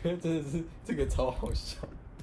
觉得真的是这个超好笑。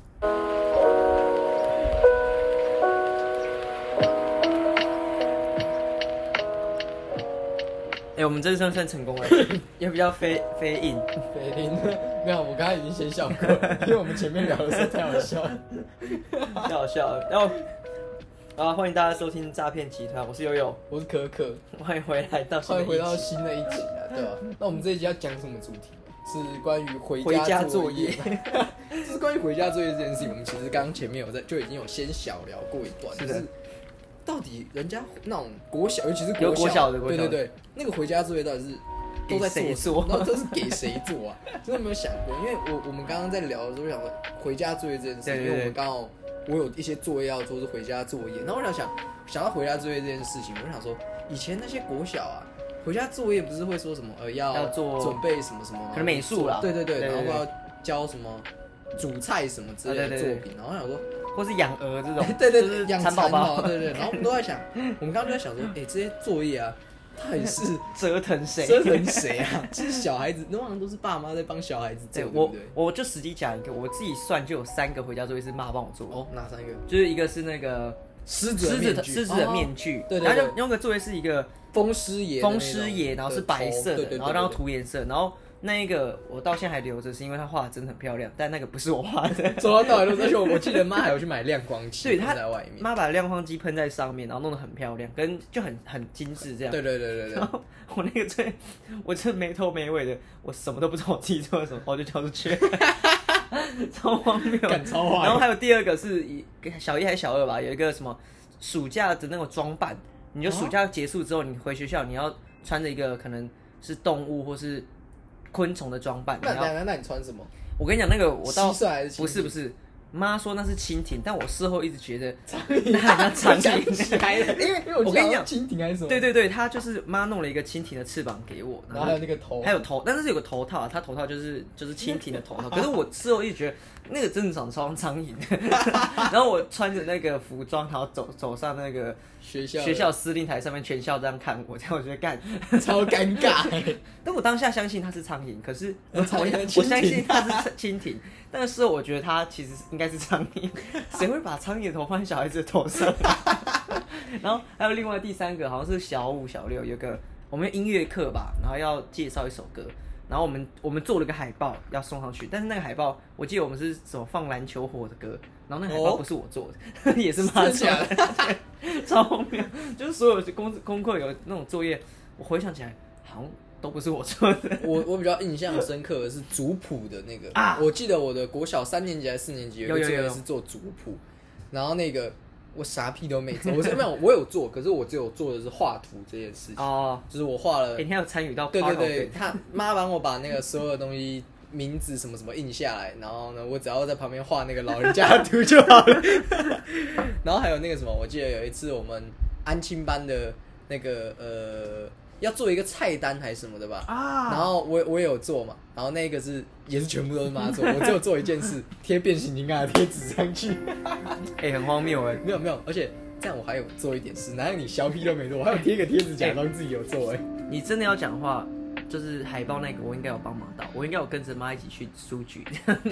我们这算成功了，也比较非硬。 菲林没有，我刚才已经先笑过了，因为我们前面聊的时候太好笑了， 太好笑了。然后欢迎大家收听诈骗集团，我是悠悠， 我是可可， 欢迎回来到欢迎回到新的一集啊，对吧？那我们这一集要讲什么主题？是关于回家作业。就是关于回家作业这件事情，我们其实刚前面就已经有先小聊过一段， 是的。 就是到底人家那种国小，尤其是国小的， 对，那个回家作业到底是都在谁做？ 然后这是给谁做啊？真的没有想过，因为我们刚刚在聊的时候想说回家作业这件事情，因为我们刚好我有一些作业要做是回家作业，然后我想到回家作业这件事情，我就想说以前那些国小啊，回家作业不是会说什么要做准备什么什么， 可能美术啦， 对，然后要教什么煮菜什么之类的作品，然后我想说。 或是养鹅这种， 对，养蚕宝宝， 对，然后我们都在想，我们刚刚就在想说，这些作业啊，到底是折腾谁啊？就是小孩子，通常都是爸妈在帮小孩子做，对不对？ 我就实际讲一个，我自己算就有3个回家作业是妈帮我做。 哦，哪3个？ 就是一个是那个狮子的面具， 对， 然后用个作业是一个风狮爷， 然后是白色的，然后涂颜色，然后。那一个我到现在还留着，是因为它画的真的很漂亮，但那个不是我画的。 走到哪里都是，我记得妈还有去买亮光漆，对，它在外面。 妈把亮光漆喷在上面，然后弄得很漂亮，就很精致这样。 对。 然后我那个我这没头没尾的，我什么都不知道我自己做了什么，我就交出去，超荒谬， 超坏。 然后还有第2个是小1还是小2吧，有一个什么暑假的那种装扮，你就暑假結束之后，你回学校你要穿着一个可能是动物或是。昆虫的装扮， 那你穿什么？ 我跟你讲，那个我到蟋蟀还是不是，妈说那是蜻蜓，但我事后一直觉得那很像苍蝇，因为我跟你讲蜻蜓还是什么？ 对，他就是妈弄了一个蜻蜓的翅膀给我， 然后还有那个头， 但是有个头套，它头套就是蜻蜓的头套，可是我事后一直觉得那个真的长得超像苍蝇，然后我穿着那个服装，然后走上那个学校司令台上面，全校这样看我，这样我觉得干超尴尬。 但我当下相信它是苍蝇，可是我相信它是蜻蜓，但是我觉得它其实应该是苍蝇，谁会把苍蝇的头放在小孩子的头上？然后还有另外第3个，好像是小5、小6，有个我们音乐课吧，然后要介绍一首歌。然后我们做了个海报要送上去，但是那个海报我记得我们是什么放篮球火的歌，然后那个海报不是我做的，也是妈做的，超荒谬。就是所有功课有那种作业，我回想起来好像都不是我做的。 我比较印象深刻的是族谱的那个啊，我记得我的国小3年级还是4年级有一个作业是做族谱，然后那个。我啥屁都没做，我有做，可是我只有做的是画图这件事情。哦，就是我画了。 你还有参与到？ 对，他妈帮我把那个所有的东西名字什么什么印下来，然后呢，我只要在旁边画那个老人家的图就好了。然后还有那个什么，我记得有一次我们安亲班的那个要做一个菜单还是什么的吧，然后我也有做嘛，然后那个也是全部都是妈做，我只有做一件事，贴变形金刚的贴纸上去， 很荒谬哎， 没有，而且这样我还有做一点事，哪有你小屁都没做，我还有贴个贴纸假装自己有做哎， 你真的要讲话。就是海报那个，我应该有帮忙到，我应该有跟着妈一起去书局。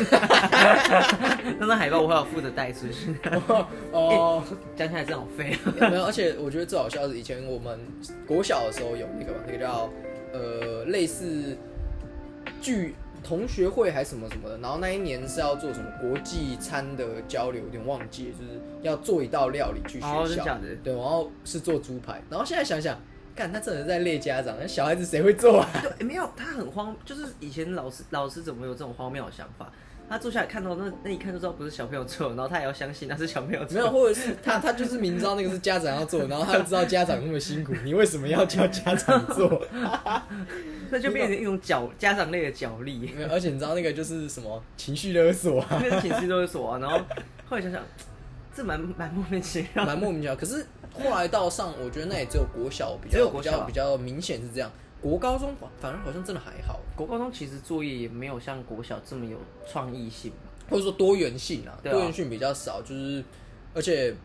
那海报我还有负责带出去。哦，讲起来真好废。 没有，而且我觉得最好笑的是以前我们国小的时候有那个叫类似同学会还是什么什么的，然后那一年是要做什么国际餐的交流，有点忘记了，就是要做一道料理去学校。 真的假的？ 对，然后是做猪排，然后现在想想。干，他真的在猎家长，那小孩子谁会做啊？ 对，没有，他很荒，就是以前老师怎么有这种荒谬的想法？他坐下来看到那一看就知道不是小朋友做，然后他也要相信那是小朋友做。 没有，或者是他就是明知道那个是家长要做，然后他就知道家长那么辛苦，你为什么要叫家长做？ 那就变成一种家长类的角力。 而且你知道那个就是什么情绪勒索啊？ 那是情绪勒索啊。然后后来想想，这蛮莫名其妙， 蛮莫名其妙。可是后来到上，我觉得那也只有国小比较明显是这样。国高中反而好像真的还好。 国高中其实作业也没有像国小这么有创意性吧， 或者说多元性啊，多元性比较少，就是而且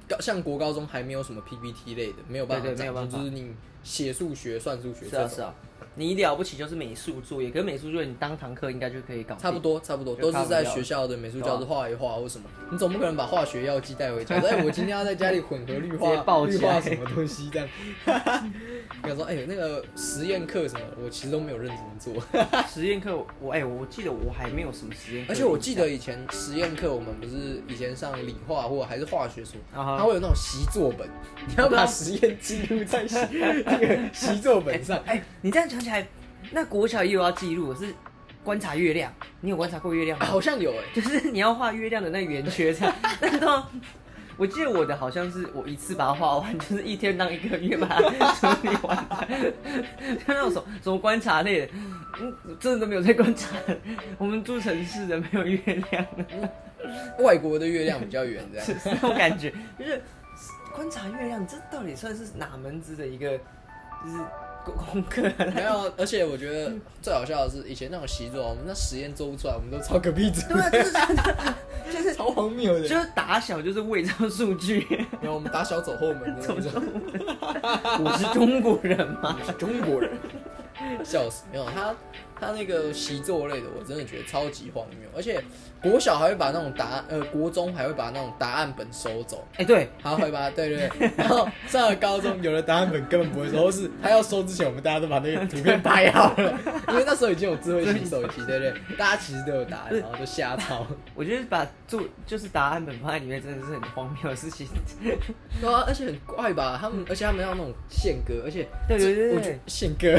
像国高中还没有什么 PPT 类的，没有办法展现，就是你写数学、算数学这种。 你了不起就是美术作业，可是美术作业你当堂课应该就可以搞定。 差不多，都是在学校的美术教室画一画或什么。你总不可能把化学药剂带回家，我今天要在家里混合氯化什么东西这样。你想说，那个实验课什么，我其实都没有认真做。 实验课，我记得我还没有什么实验课。 而且我记得以前实验课，我们不是以前上理化或还是化学什么，它会有那种习作本，你要把实验记录在那个习作本上。 你这样讲起来，那国小也有要记录，是观察月亮。你有观察过月亮吗？ 好像有就是你要画月亮的那圆圈这样。但是我记得我的好像是我一次把它画完，就是一天当一个月把它处理完。像那种什么观察类的，真的都没有在观察。我们住城市的没有月亮， 外国的月亮比较圆，这样是那种感觉。就是观察月亮，这到底算是哪门子的一个就是功课？ 没有，而且我觉得最好笑的是，以前那种习作，我们那实验做不出来，我们都抄隔壁组。 对啊，就是超荒谬的， 就是打小就是伪造数据。 然后我们打小走后门， 怎么说？我是中国人吗？ 我是中国人，笑死！没有他那个习作类的，我真的觉得超级荒谬，而且国小还会把那种国中还会把那种答案本收走。 对， 他会把对，然后上了高中，有的答案本根本不会收，或是他要收之前，我们大家都把那个图片拍好了，因为那时候已经有智慧型手机，对不对？大家其实都有答案，然后就瞎抄。 我觉得就是答案本放在里面，真的是很荒谬的事情。 对啊，而且很怪吧？而且他们要那种宪歌，而且对， 我觉得宪歌。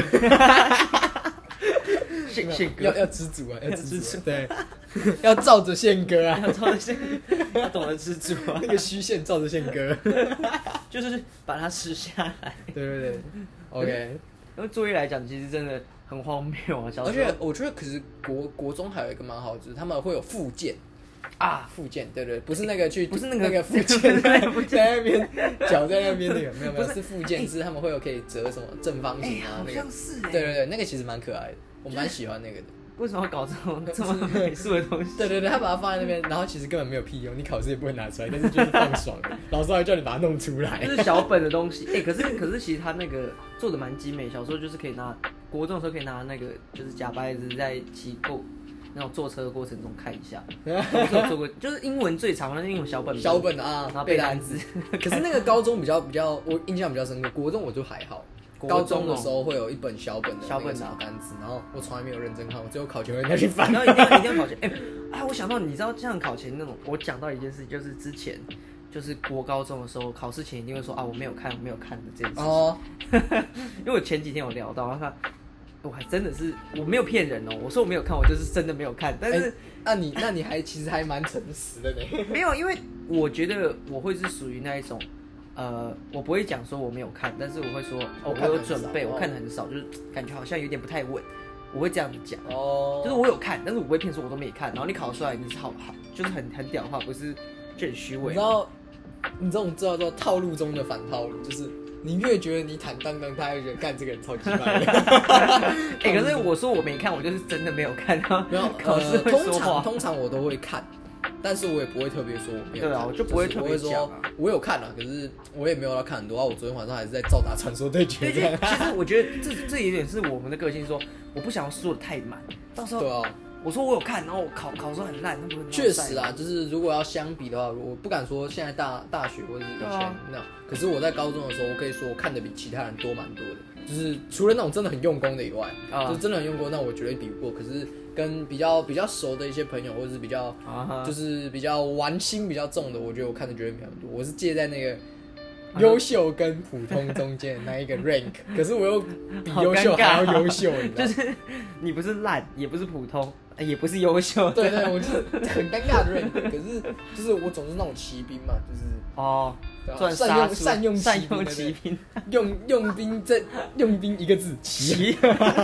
宪歌要知足啊，要知足，对，要照着宪歌啊， 要照着宪歌，要懂得知足啊， 那个虚线照着宪歌， 就是把它吃下来。 对 ，OK。 因为作业来讲，其实真的很荒谬啊， 而且我觉得，可是国中还有一个蛮好，就是他们会有附件啊，附件，对，不是那个不是那个附件在那边脚在那边那个，没有，是附件，是他们会有可以折什么正方形啊，那个，对，那个其实蛮可爱的。我蛮喜欢那个的。 为什么要搞这么美术的东西？ 对，他把它放在那边，然后其实根本没有屁用，你考试也不会拿出来，但是就是放爽了。老师还叫你把它弄出来。 就是小本的东西，可是其实他那个做的蛮精美。小时候就是可以拿，国中的时候可以拿那个就是假白子在骑过那种坐车的过程中看一下。我有做过，就是英文最长的那种小本啊， 然后背单词。 可是那个高中比较，我印象比较深刻，国中我就还好。高中的时候会有一本小本的小单词，然后我从来没有认真看，我只有考前会再去翻。 然后一定要考前。我想到你知道这样考前那种，我讲到一件事，就是之前就是国高中的时候，考试前一定会说我没有看的这件事情。因为我前几天有聊到，我还真的是我没有骗人我说我没有看，我就是真的没有看。但是那你其实还蛮诚实的呢。 没有，因为我觉得我会是属于那一种。我不会讲说我没有看，但是我会说我有准备，我看的很少，就是感觉好像有点不太稳，我会这样子讲。就是我有看，但是我不会骗说我都没看。然后你考出来你是好，就是很屌的话，不是就很虚伪。 你这种叫做套路中的反套路，就是你越觉得你坦荡荡，他会觉得干这个人超级慢的。 可是我说我没看，我就是真的没有看。 没有考试会说话， 通常我都会看。但是我也不会特别说我没有看， 对啊，我就不会特别说我有看可是我也没有要看很多。我昨天晚上还是在照打传说对决。 其实我觉得这有点是我们的个性，说我不想要说的太满，到时候对啊， 我说我有看，然后我考的时候很烂，那不会确实啊，就是如果要相比的话，我不敢说现在大学或者是以前那样，可是我在高中的时候，我可以说我看的比其他人多蛮多的，就是除了那种真的很用功的以外，就是真的很用功，那我绝对比不过。可是跟比较熟的一些朋友，或者是比较就是比较玩心比较重的，我觉得我看的绝对比他们多。我是介在那个优秀跟普通中间的那一个 rank， 可是我又比优秀还要优秀，你知道？ 就是你不是烂，也不是普通，也不是优秀。 对，我就是很尴尬的 rank。可是就是我总是那种骑兵嘛，就是善用骑兵，用兵一个字骑，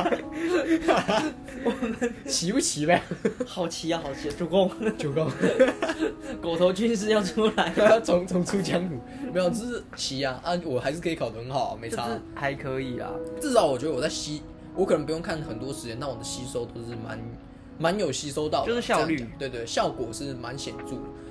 骑不骑呗？ 好骑啊，主公，狗头军师要出来， 重出江湖。没有，就是骑啊，我还是可以考得很好，没差， 还可以啊。 至少我觉得我可能不用看很多时间，但我的吸收都是蛮有吸收到的， 就是效率， 对，效果是蛮显著的。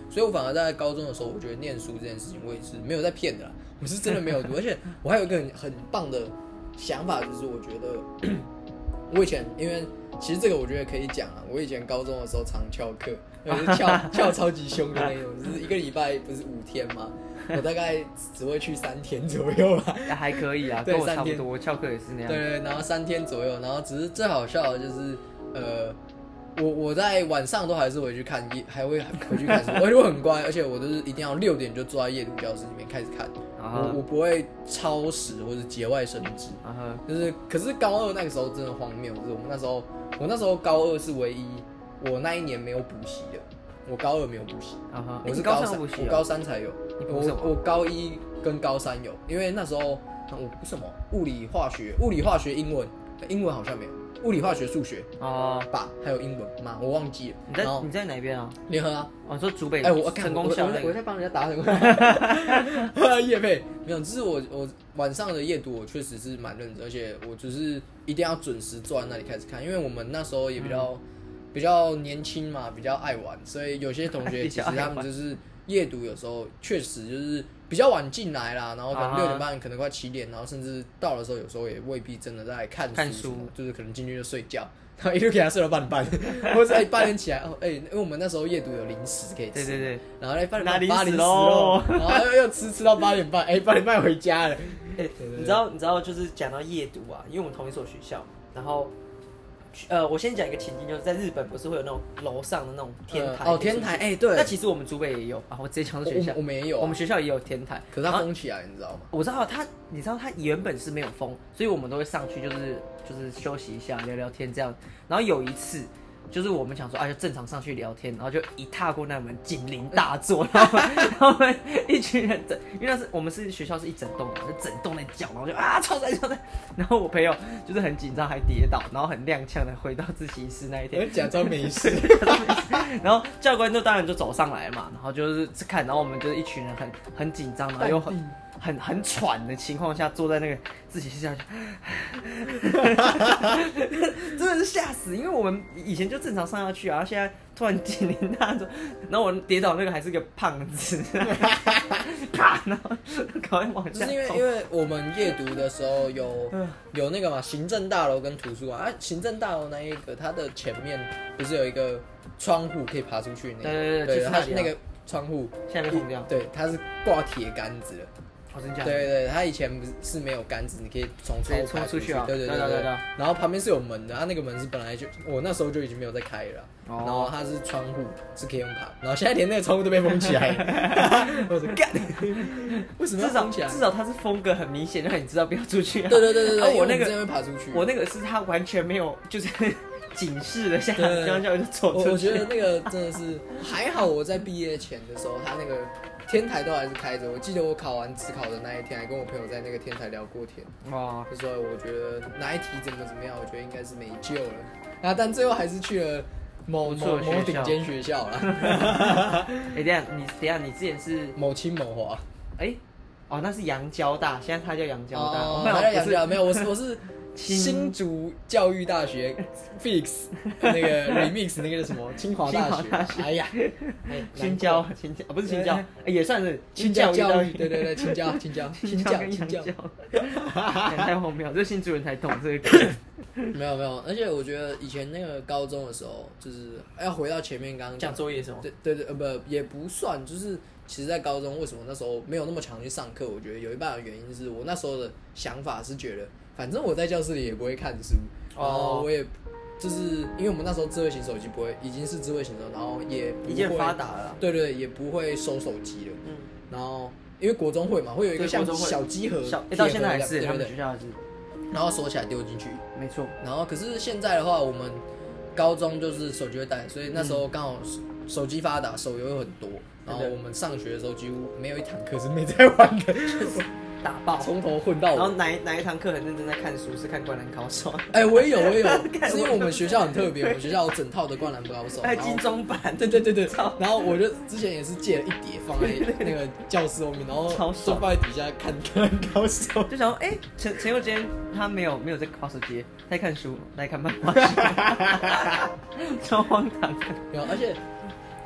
所以我反而在高中的时候，我觉得念书这件事情，我也是没有在骗的啦，我是真的没有读，而且我还有一个很棒的想法，就是我觉得我以前因为其实这个我觉得可以讲啊，我以前高中的时候常翘课，翘超级凶的那种，就是一个礼拜不是5天吗？我大概只会去3天左右吧， 还可以啊， 对跟我差不多，我翘课也是那样。 对，然后3天左右，然后只是最好笑的就是我在晚上都还是回去看还会回去看书，而且我很乖，而且我都是一定要6点就坐在夜读教室里面开始看，我不会超时或者节外生枝，就是可是高2那个时候真的荒谬，就是我那时候高2是唯一我那一年没有补习的，我高2没有补习，我是高3补习，我高3才有，我高1跟高3有，因为那时候我补什么物理化学英文好像没有。物理、化学、数学吧，还有英文嘛，我忘记了。 你在哪边啊？ 联合啊。 哦，你说竹北我成功校那个。 我在帮人家打什么？业配没有，就是我晚上的夜读，我确实是蛮认真，而且我就是一定要准时坐在那里开始看，因为我们那时候也比较年轻嘛，比较爱玩，所以有些同学其实他们就是夜读，有时候确实就是比较晚进来啦，然后可能6点半，可能快7点，然后甚至到的时候，有时候也未必真的在看书，就是可能进去就睡觉，然后一路给他睡到8点半，或者8点起来因为我们那时候夜读有零食可以吃， 对， 然后8点半零食喽，然后又吃到8点半，8点半回家了。 你知道就是讲到夜读啊，因为我们同一所学校，然后。我先讲一个情境，就是在日本不是会有那种楼上的那种天台？ 天台，对。 那其实我们竹北也有啊，我直接强制学校， 我们也有， 我们学校也有天台， 可是它封起来，你知道吗？ 我知道你知道它原本是没有封，所以我们都会上去，就是休息一下，聊聊天这样。然后有一次。就是我们想说，就正常上去聊天，然后就一踏过那门，警铃大作，然后我们一群人因为我们学校是一整栋嘛，就整栋在叫，然后就超载，然后我朋友就是很紧张，还跌倒，然后很踉跄的回到自习室那一天， 我假装没事， 然后教官当然就走上来嘛，然后就是看，然后我们就是一群人很紧张，然后又很喘的情况下坐在那个自习室下去，真的是吓死！因为我们以前就正常上下去啊，然后现在突然警铃大作，然后我跌倒那个还是个胖子，啪，然后赶快往下。 就是因为我们夜读的时候有那个嘛，行政大楼跟图书馆行政大楼那一个它的前面不是有一个窗户可以爬出去那个？对，它那个窗户现在被封掉， 对，它是挂铁杆子的。对，它以前是没有杆子，你可以从窗户爬出去。对。然后旁边是有门的，它那个门是本来就我那时候就已经没有在开了，然后它是窗户是可以用爬，然后现在连那个窗户都被封起来了。我说干，为什么要封起来？ 至少它是封个很明显，让你知道不要出去。 对，我那个真的会爬出去。 我那个是它完全没有，就是警示了下，刚就走出去。 我觉得那个真的是还好，我在毕业前的时候，它那个。天台都还是开着，我记得我考完指考的那一天，还跟我朋友在那个天台聊过天。哇！就说我觉得哪一题怎么样，我觉得应该是没救了。但最后还是去了某顶尖学校了。 等一下，你之前是某清某华。 那是阳交大，现在它叫阳交大。 还在阳交大没有，我是新竹教育大学 Fix 那个 Remix 那个是什么？清华大学。哎呀， 青交不是青交，也算是青教育。 对，青交。 太荒谬，这新竹人才懂这个。 没有，而且我觉得以前那个高中的时候，就是要回到前面刚刚讲作业什么？ 对，不也不算，就是其实，在高中为什么那时候没有那么常去上课？我觉得有一半的原因是我那时候的想法是觉得。反正我在教室里也不会看书，然后我也就是因为我们那时候智慧型手机已经是智慧型了，然后也不会已经发达了， 对，也不会收手机了。然后因为国中会嘛，会有一个像小机盒， 到现在还是他们学校是， 然后锁起来丢进去， 没错。 然后可是现在的话，我们高中就是手机会带，所以那时候刚好手机发达，手游有很多，然后我们上学的时候几乎没有一堂课是没在玩的。 打爆， 从头混到尾。 然后哪一堂课很认真在看书？是看《灌篮高手》。 我也有，是因为我们学校很特别，我们学校有整套的《灌篮高手》， 还有金钟版。 对。然后我就之前也是借了一叠放在那个教室后面，然后就放在底下看《灌篮高手》。 就想说，陈佑坚他没有在滑手机，在看书，在看漫画，超荒唐。 有，而且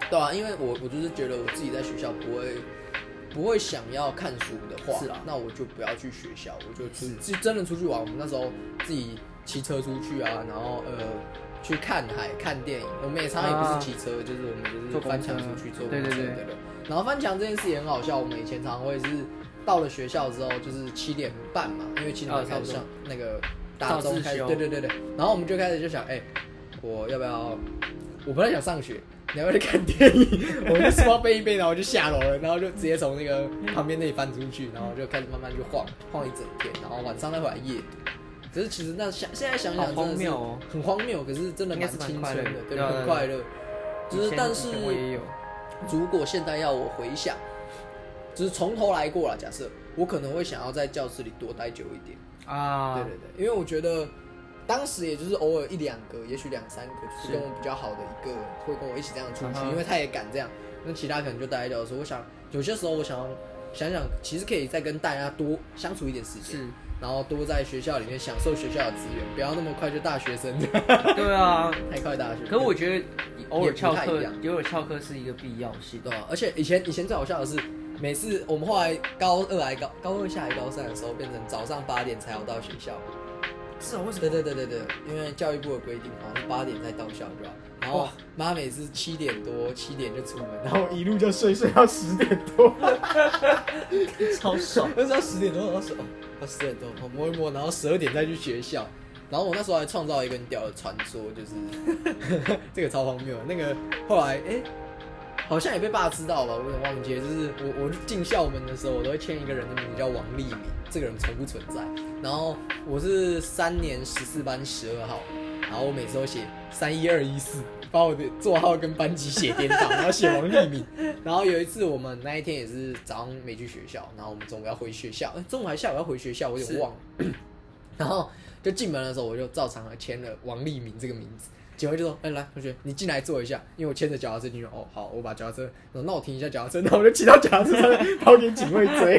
对啊，因为我就是觉得我自己在学校不会想要看书的话，那我就不要去学校，我就自己真的出去玩。我们那时候自己骑车出去啊，然后去看海、看电影。我们也常常也不是骑车，就是我们就是翻墙出去坐公车。对。然后翻墙这件事也很好笑，我们以前常常会是到了学校之后就是7点半嘛，因为7点半开始上那个大钟开始，对。然后我们就开始就想，我要不要？我不太想上学。你要不要去看电影？我就书包背一背，然后就下楼了，然后就直接从那个旁边那里翻出去，然后就开始慢慢去晃一整天，然后晚上再回来夜读。可是其实现在想想真的是很荒谬，可是真的蛮青春的，对，很快乐。就是但是如果现在要我回想，就是从头来过啦，假设我可能会想要在教室里多待久一点啊。对，因为我觉得。当时也就是偶尔1-2个，也许2-3个，就是跟我比较好的一个会跟我一起这样出去，因为他也敢这样。那其他可能就待在教室。我想有些时候我想想，其实可以再跟大家多相处一点时间，然后多在学校里面享受学校的资源，不要那么快就大学生。 对啊， 太快大学。 可是我觉得偶尔翘课是一个必要性， 对啊。而且以前最好笑的是，每次我们后来高二下来高3的时候，变成早上8点才要到学校。 是为什么？ 对，因为教育部的规定好像是8点才到校就好。然后妈每次7点多7点就出门，然后一路就睡到10点多， 超爽。 那时候10点多，然后10点多摸一摸，然后12点再去学校。然后我那时候还创造一个很屌的传说，就是这个超荒谬。那个后来好像也被爸知道吧，我有点忘记了。就是我进校门的时候，我都会签一个人的名字叫王立明，这个人从不存在。然后我是3年14班12号，然后我每次都写31214，把我的座号跟班级写颠倒，然后写王立明。然后有一次我们那一天也是早上没去学校，然后我们中午要回学校，中午还下午要回学校，我有点忘了。然后就进门的时候，我就照常的签了王立明这个名字。警卫就说：“来，同学，你进来坐一下，因为我牵着脚踏车进去。哦，好，我把脚踏车，那我停一下脚踏车，然后我就骑到脚踏车上面，跑给警卫追。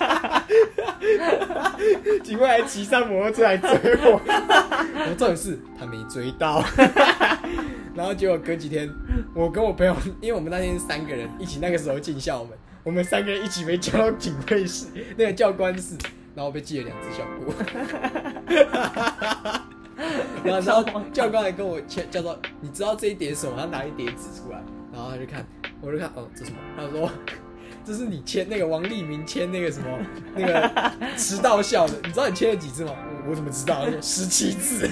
警卫还骑上摩托车来追我，然后重点是他没追到。然后结果隔几天，我跟我朋友，因为我们那天是3个人一起，那个时候进校门，我们3个人一起被叫到警卫室，那个教官室，然后被记了2只小过。”然后教官还跟我叫做，你知道这一叠什么？他拿一叠纸出来，然后他就看，我就看，这什么？他说这是你签那个王立明签那个什么那个迟到校的，你知道你签了几次吗？我怎么知道？他说17次。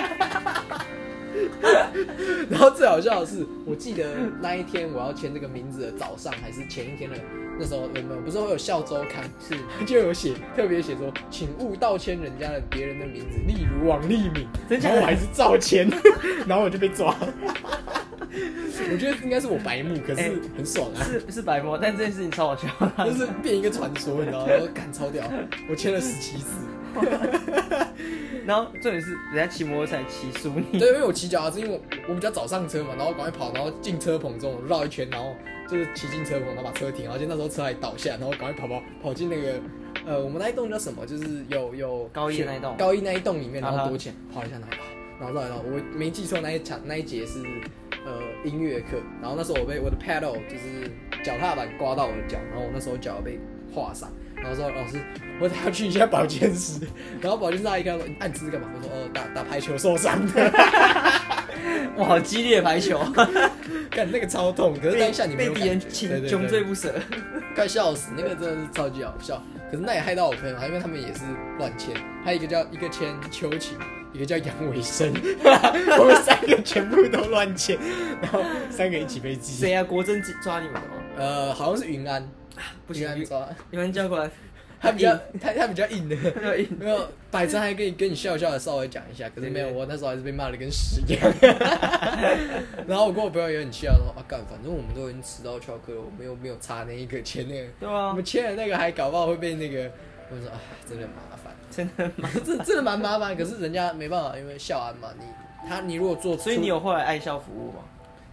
然后最好笑的是，我记得那一天我要签这个名字的早上，还是前一天的。那时候我们不是会有校周刊，就有特别写说，请勿盗签别人的名字，例如王立明，然后我还是照签，然后我就被抓。我觉得应该是我白目，可是很爽啊。 是白目，但这件事情超好笑， 就是变一个传说，你知道吗？我干超屌，我签了17次。 然后重点是人家骑摩托车骑输你。 对，因为我骑脚踏车，因为我比较早上车嘛，然后赶快跑，然后进车棚中绕一圈，然后就是骑进车棚，然后把车停，然后那时候车还倒下，然后赶快跑进那个我们那一栋叫什么？就是有高一那一栋里面，然后躲起来跑一下，然后我没记错那一节是音乐课，然后那时候我的 pedal 就是脚踏板刮到我的脚，然后我那时候脚被划伤。然后说老师，我等下去一下保健室，然后保健室阿姨看说你按这是干嘛？我说打排球受伤的。 哇，好激烈的排球， 干那个超痛，可是当下你没有被敌人穷追不舍， 快笑死，那个真的是超级好笑。可是那也害到我朋友，因为他们也是乱签，还有一个签秋晴，一个叫杨伟生，我们3个全部都乱签，然后3个一起被记。 谁啊？国珍抓你们的吗？ 好像是云安。 不行，云安教官他比较硬的，没有百成还跟你笑笑的稍微讲一下，可是没有，我那时候还是被骂的跟屎一样。然后我跟我朋友也很气啊，说干，反正我们都已经迟到翘课了，我们又没有差那一个签那个， 对啊， 我们签了那个还搞不好会被那个，我说真的麻烦，真的蛮麻烦，可是人家没办法，因为校安嘛，你如果做， 所以你有后来爱校服务吗？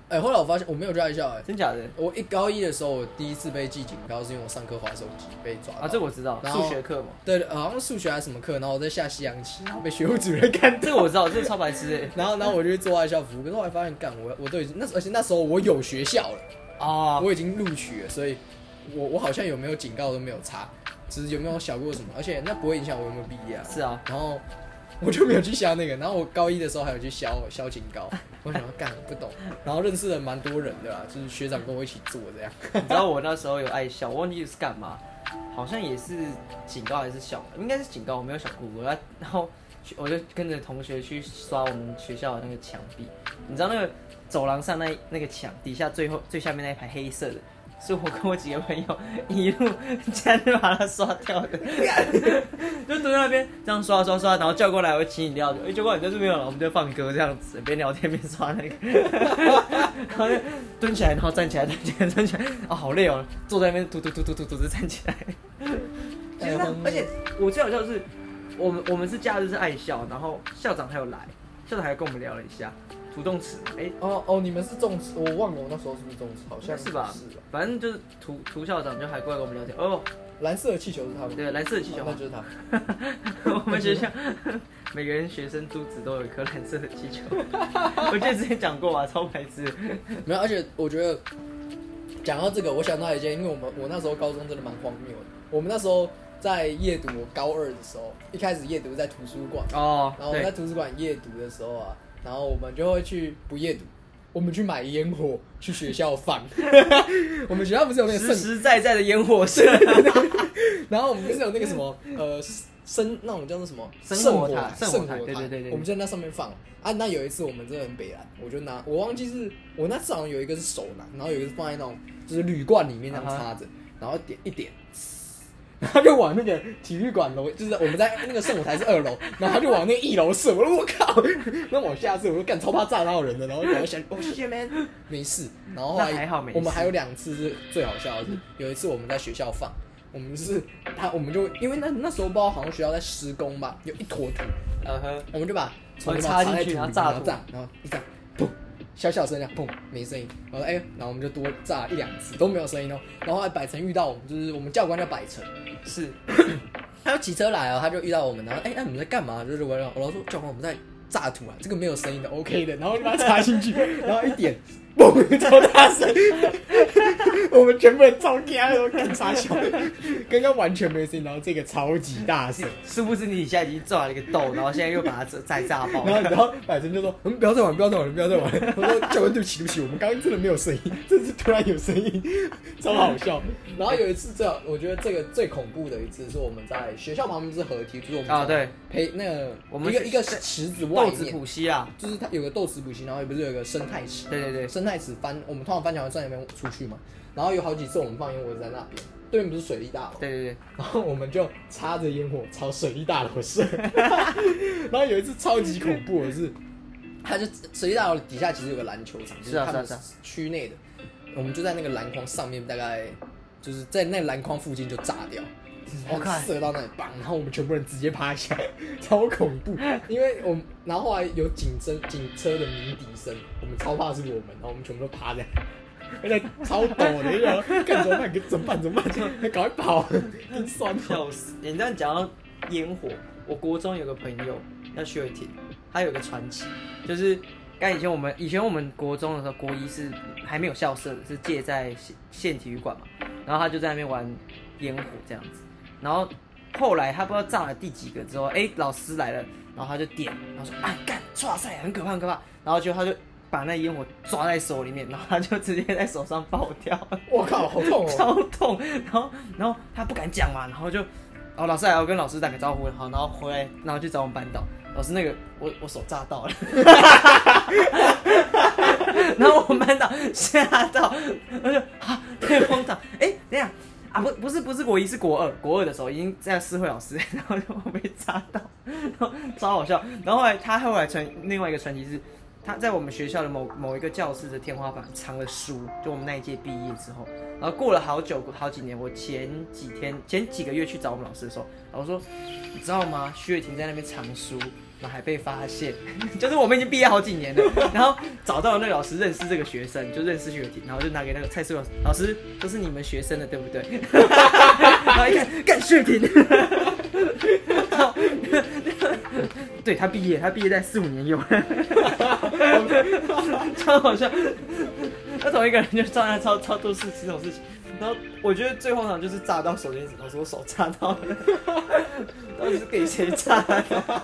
后来我发现我没有去爱校， 真假的？ 我高一的时候，我第一次被记警告，是因为我上课滑手机被抓到。 啊，这我知道，数学课嘛。 对，好像数学还是什么课，然后我在下西洋棋，然后被学务主任看到。 这个我知道，这个超白痴欸。 然后我就去做爱校服务，可是我还发现，我都已经而且那时候我有学校了， 哦， 我已经录取了，所以我好像有没有警告都没有差，只是有没有小过什么，而且那不会影响我有没有毕业啊。 是啊， 然后我就没有去削那个，然后我高一的时候还有去削警告，我想要不懂，然后认识了蛮多人的啦，就是学长跟我一起做这样。 你知道我那时候有爱校，我忘记是干嘛，好像也是警告还是小，应该是警告，我没有想过。然后我就跟着同学去刷我们学校的那个墙壁，你知道那个走廊上那个墙底下最下面那一排黑色的。是我跟我几个朋友一路这样就把它刷掉的，就蹲在那边这样刷，然后叫过来我请饮料，教官你在这边了，我们就放歌这样子，边聊天边刷那个，然后就蹲起来，然后站起来，啊好累哦，坐在那边吐着站起来。而且我最好笑的是，我们是假日是爱校，然后校长还有来，校长还跟我们聊了一下。涂动词， 你们是重词，我忘了我那时候是不是重词，好像是吧？反正就是涂校长就还过来跟我们聊天。 蓝色的气球是他们， 对，蓝色的气球， 那就是他。 我们学校每个人学生肚子都有一颗蓝色的气球，我记得之前讲过吧，超白痴。 没有，而且我觉得讲到这个，我想到一件，因为我那时候高中真的蛮荒谬的。我们那时候在夜读，我高2的时候，一开始夜读在图书馆然后我们在图书馆夜读的时候啊。然后我们就会去不夜读，我们去买烟火去学校放。我们学校不是有那个实实在在的烟火是， 然后我们不是有那个什么那种叫做什么圣火台， 对，我们就在那上面放啊。那有一次我们真的很北蓝，我忘记是我那次好像有一个是手拿，然后有一个是放在那种就是铝罐里面那样插着，然后点一点。然后就往那个体育馆楼，就是我们在那个圣火台是2楼，然后他就往那个1楼射，我说我靠，那往下射，我说干超怕炸到人的，然后赶快想谢谢 man 没事，然后后来我们还有2次是最好笑的是，有一次我们在学校放，我们就因为那时候不知道好像学校在施工吧，有一坨土，我们就把插进去，然后炸， 然后一炸，砰。小声这样，砰，没声音。然后然后我们就多炸1-2次都没有声音哦。然后后来百成遇到我们，就是我们教官叫百成， 是， 他就骑车来哦，他就遇到我们，然后你们在干嘛？就是我老师说教官我们在炸土啊，这个没有声音的 ，OK 的。然后就把它插进去，然后一点，嘣，超大声，我们全部人超惊，都干啥小，刚刚完全没声音，然后这个超级大声， 殊不知你现在已经炸了一个豆，然后现在又把它再炸爆。 然后百成就说：“不要再玩，不要再玩。”我说：“教官，对不起，我们刚刚真的没有声音，这次突然有声音，超好笑。”然后有一次我觉得这个最恐怖的一次是我们在学校旁边是河堤，就是我们对陪那个我们一个池子外面豆子埔溪啊， 就是它有个豆子埔溪，然后不是有个生态池， 对，生态池我们通常翻墙会在那边出去嘛，然后有好几次我们放烟火在那边。对面不是水利大楼， 对， 然后我们就插着烟火朝水利大楼射，然后有一次超级恐怖的是，它就水利大楼底下其实有个篮球场，就是他们区内的，我们就在那个篮筐上面，大概就是在那个篮筐附近就炸掉，射到那里棒，然后我们全部人直接趴下来，超恐怖，因为然后后来有警车的鸣笛声，我们超怕是我们，然后我们全部都趴在。而且超陡的，然后干怎么办？赶快跑，真酸， 笑死！你这样讲到烟火，我国中有个朋友叫薛伟霆，他有个传奇，就是以前我们国中的时候，国一是还没有校舍的，是借在县体育馆嘛，然后他就在那边玩烟火这样子，然后后来他不知道炸了第几个之后，老师来了，然后他就点，然后说干，唰塞，很可怕，然后他就。把那烟火抓在手里面，然后他就直接在手上爆掉。 我靠，好痛哦！ 超痛。然后他不敢讲嘛，然后就，老师来，我跟老师打个招呼，好，然后回来，然后去找我们班导。老师那个，我手炸到了。然后我们班导吓到，我就太荒唐。等一下不是国一，是国二的时候，已经在诗慧老师，然后就被炸到，然后超好笑。然后他后来另外一个传奇是。他在我们学校的某一个教室的天花板藏了书，就我们那一届毕业之后，然后过了好几年，我前几个月去找我们老师的时候，老师说，你知道吗？薛伟霆在那边藏书， 然后还被发现，就是我们已经毕业好几年了，然后找到那个老师认识这个学生，就认识学婷，然后就拿给那个蔡淑老师，老师这是你们学生的对不对？然后一看，干学婷，对他毕业在4、5年有，超好笑。那同一个人就照样超多事这种事情，然后我觉得最后呢就是炸到手电纸，他说我手炸到了，到底是给谁炸的？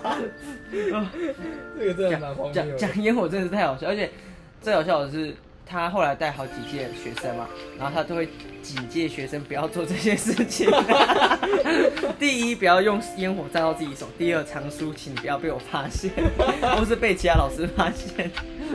这个真的蛮荒谬的。 讲烟火真的是太好笑，而且最好笑的是他后来带好几届学生嘛，然后他都会警戒学生不要做这些事情。第一，不要用烟火炸到自己手；第二，藏书请不要被我发现，或是被其他老师发现。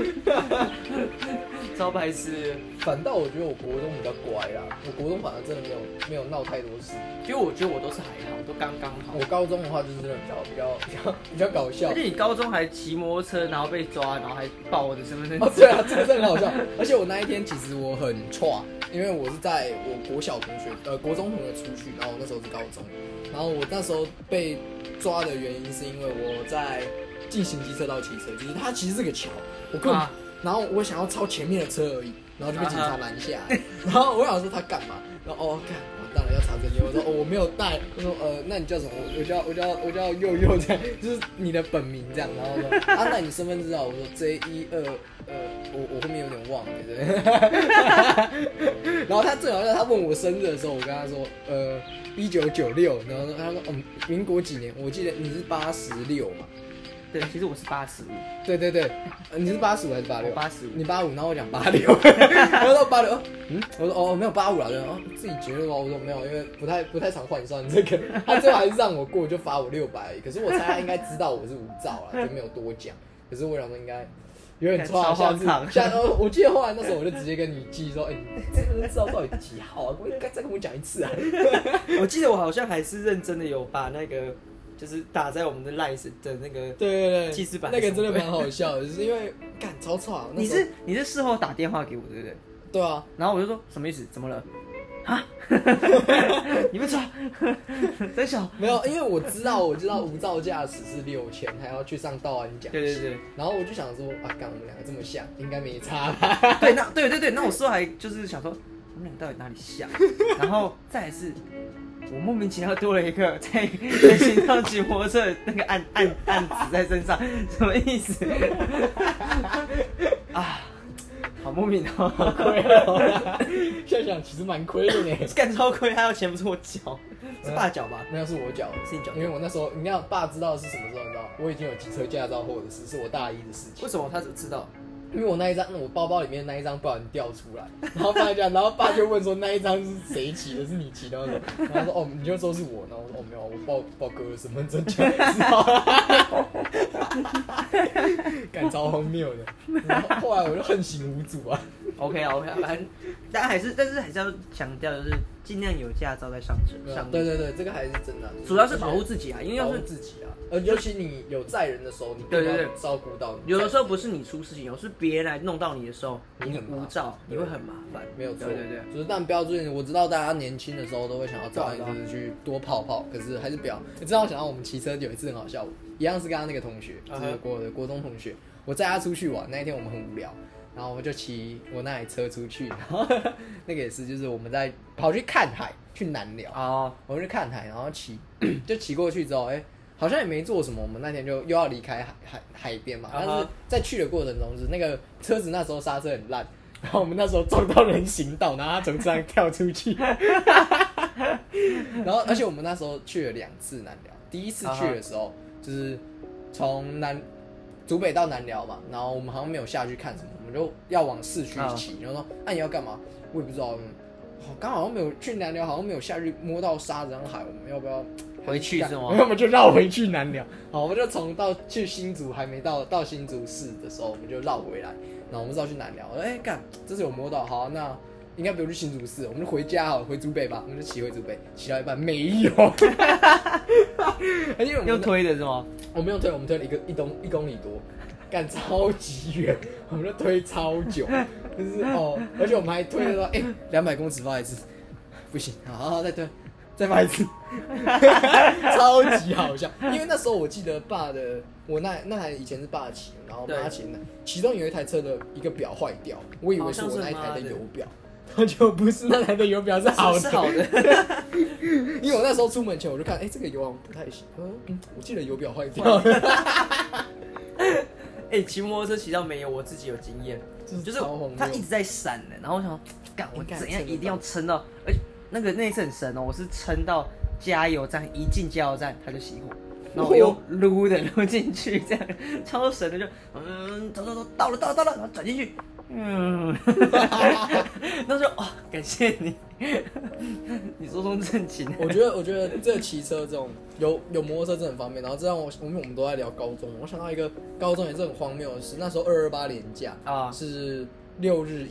超白痴。 反倒我觉得我国中比较乖啦，我国中反而真的没有闹太多事。 其实我觉得我都是还好，都刚刚好。 我高中的话就是真的比较搞笑。 而且你高中还骑摩托车，然后被抓，然后还报我的身份证。 哦，对啊，这个真的很好笑。而且我那一天其实我很挫，因为我是在我国小同学国中同学出去，然后我那时候是高中，然后我那时候被抓的原因是因为我在进行机车道骑车，就是它其实是个桥，我根本然后我想要超前面的车而已，然后就被警察拦下来，然后我想说他干嘛，然后干完蛋了要查证件，我说我没有带，他说那你叫什么？我叫佑佑这样，就是你的本名这样，然后说那你身份证啊？我说 J12我后面有点忘了，对。然后他最好笑，他问我生日的时候，我跟他说1996，然后他说民国几年？我记得你是86嘛。 对，其实我是85。 对，你是85还是86？ 我85。 你85，然后我讲86，然后说86，我说没有85啦，对，自己觉得吗？我说没有，因为不太常换算这个，他最后还是让我过，就罚我600而已。可是我猜他应该知道我是无照啦，就没有多讲。可是我想说应该有点错，我记得后来那时候我就直接跟你记说，你这个人知道到底几号啊？我应该再跟我讲一次啊。 我记得我好像还是认真的有把那个。就是打在我们的 LINE 的那个对记事板， 那个真的蛮好笑的，就是因为干超吵。 你是事后打电话给我对不对？ 对啊， 然后我就说什么意思？怎么了？啊？你们抓？真小？ 没有，因为我知道无照驾驶是6000，还要去上道安讲。 对。 然后我就想说干我们两个这么像，应该没差吧？ 对，那我事后还就是想说我们两个到底哪里像？然后再来是。我莫名其妙多了一个在行道骑摩托车的那个案子在身上，什么意思？啊，好莫名哦， 好亏哦！现在想其实蛮亏的呢， 干超亏，还有钱不是我缴，是爸缴吧？ 没有，是我缴的， 是你缴。 因为我那时候，你看爸知道是什么时候，你知道，我已经有机车驾照，或者是我大一的事情。 为什么他知道？ 因为我那一张，我包包里面那一张不小心掉出来，然后放在家，然后爸就问说那一张是谁骑的？是你骑的？然后说你就说是我，然后我说没有，我报哥的身份证就知道，干超荒谬的。然后后来我就横行无阻啊。 OK，反正但是还是要强调，就是尽量有驾照在上车。 对，这个还是真的。 主要是保护自己啊，因为要是自己啊，尤其你有载人的时候，你更要照顾到你。 有的时候不是你出事情，有时候别人来弄到你的时候，你无照，你会很麻烦。 没有错， 对， 就是但不要注意。我知道大家年轻的时候都会想要找一个就是去多泡泡，可是还是不要。你知道我想到我们骑车有一次很好笑，一样是刚刚那个同学，就是我的国中同学，我载他出去玩，那一天我们很无聊。然后我就骑我那台车出去，然后那个也是，就是我们在跑去看海，去南寮。我们去看海，然后就骑过去之后，好像也没做什么。我们那天就又要离开海边嘛，但是在去的过程中，就是那个车子那时候刹车很烂，然后我们那时候撞到人行道，然后他从车上跳出去。然后而且我们那时候去了2次南寮，第一次去的时候就是从竹北到南寮嘛，然后我们好像没有下去看什么，我们就要往市区骑。然后说你要干嘛？我也不知道，刚好像没有去南寮，好像没有下去摸到沙子跟海，我们要不要回去是吗？ 我们就绕回去南寮。好，我们就从去新竹还没到新竹市的时候，我们就绕回来，然后我们绕去南寮。我说干，这次有摸到，好，那应该不用去新竹市，我们就回家好了，回竹北吧。我们就骑回竹北，骑到一半没有，而且我们用推的是吗？ 我们用推，我们推了1公里多，干超级远，我们就推超久，就是而且我们还推了说，200公尺不好意思，不行，好再推， 再发一次，超级好笑。因为那时候我记得爸的，我那台以前是爸骑，然后妈骑的，其中有一台车的一个表坏掉，我以为是我那一台的油表。他就不是那台的油表是好的， 是好的。 因为我那时候出门前我就看，这个油好像不太行。我记得油表坏掉了。 骑摩托车骑到没有，我自己有经验，就是它一直在闪的，然后我想，干我怎样一定要撑到，而且那一次很神哦，我是撑到加油站，一进加油站它就熄火。然后我又撸进去，这样超神的，就走，到了，然后转进去，然后就感谢你，你说中正经。 我觉得这骑车这种有摩托车真的很方便。然后这样我们都在聊高中，我想到一个高中也是很荒谬的事，那时候228连假是6日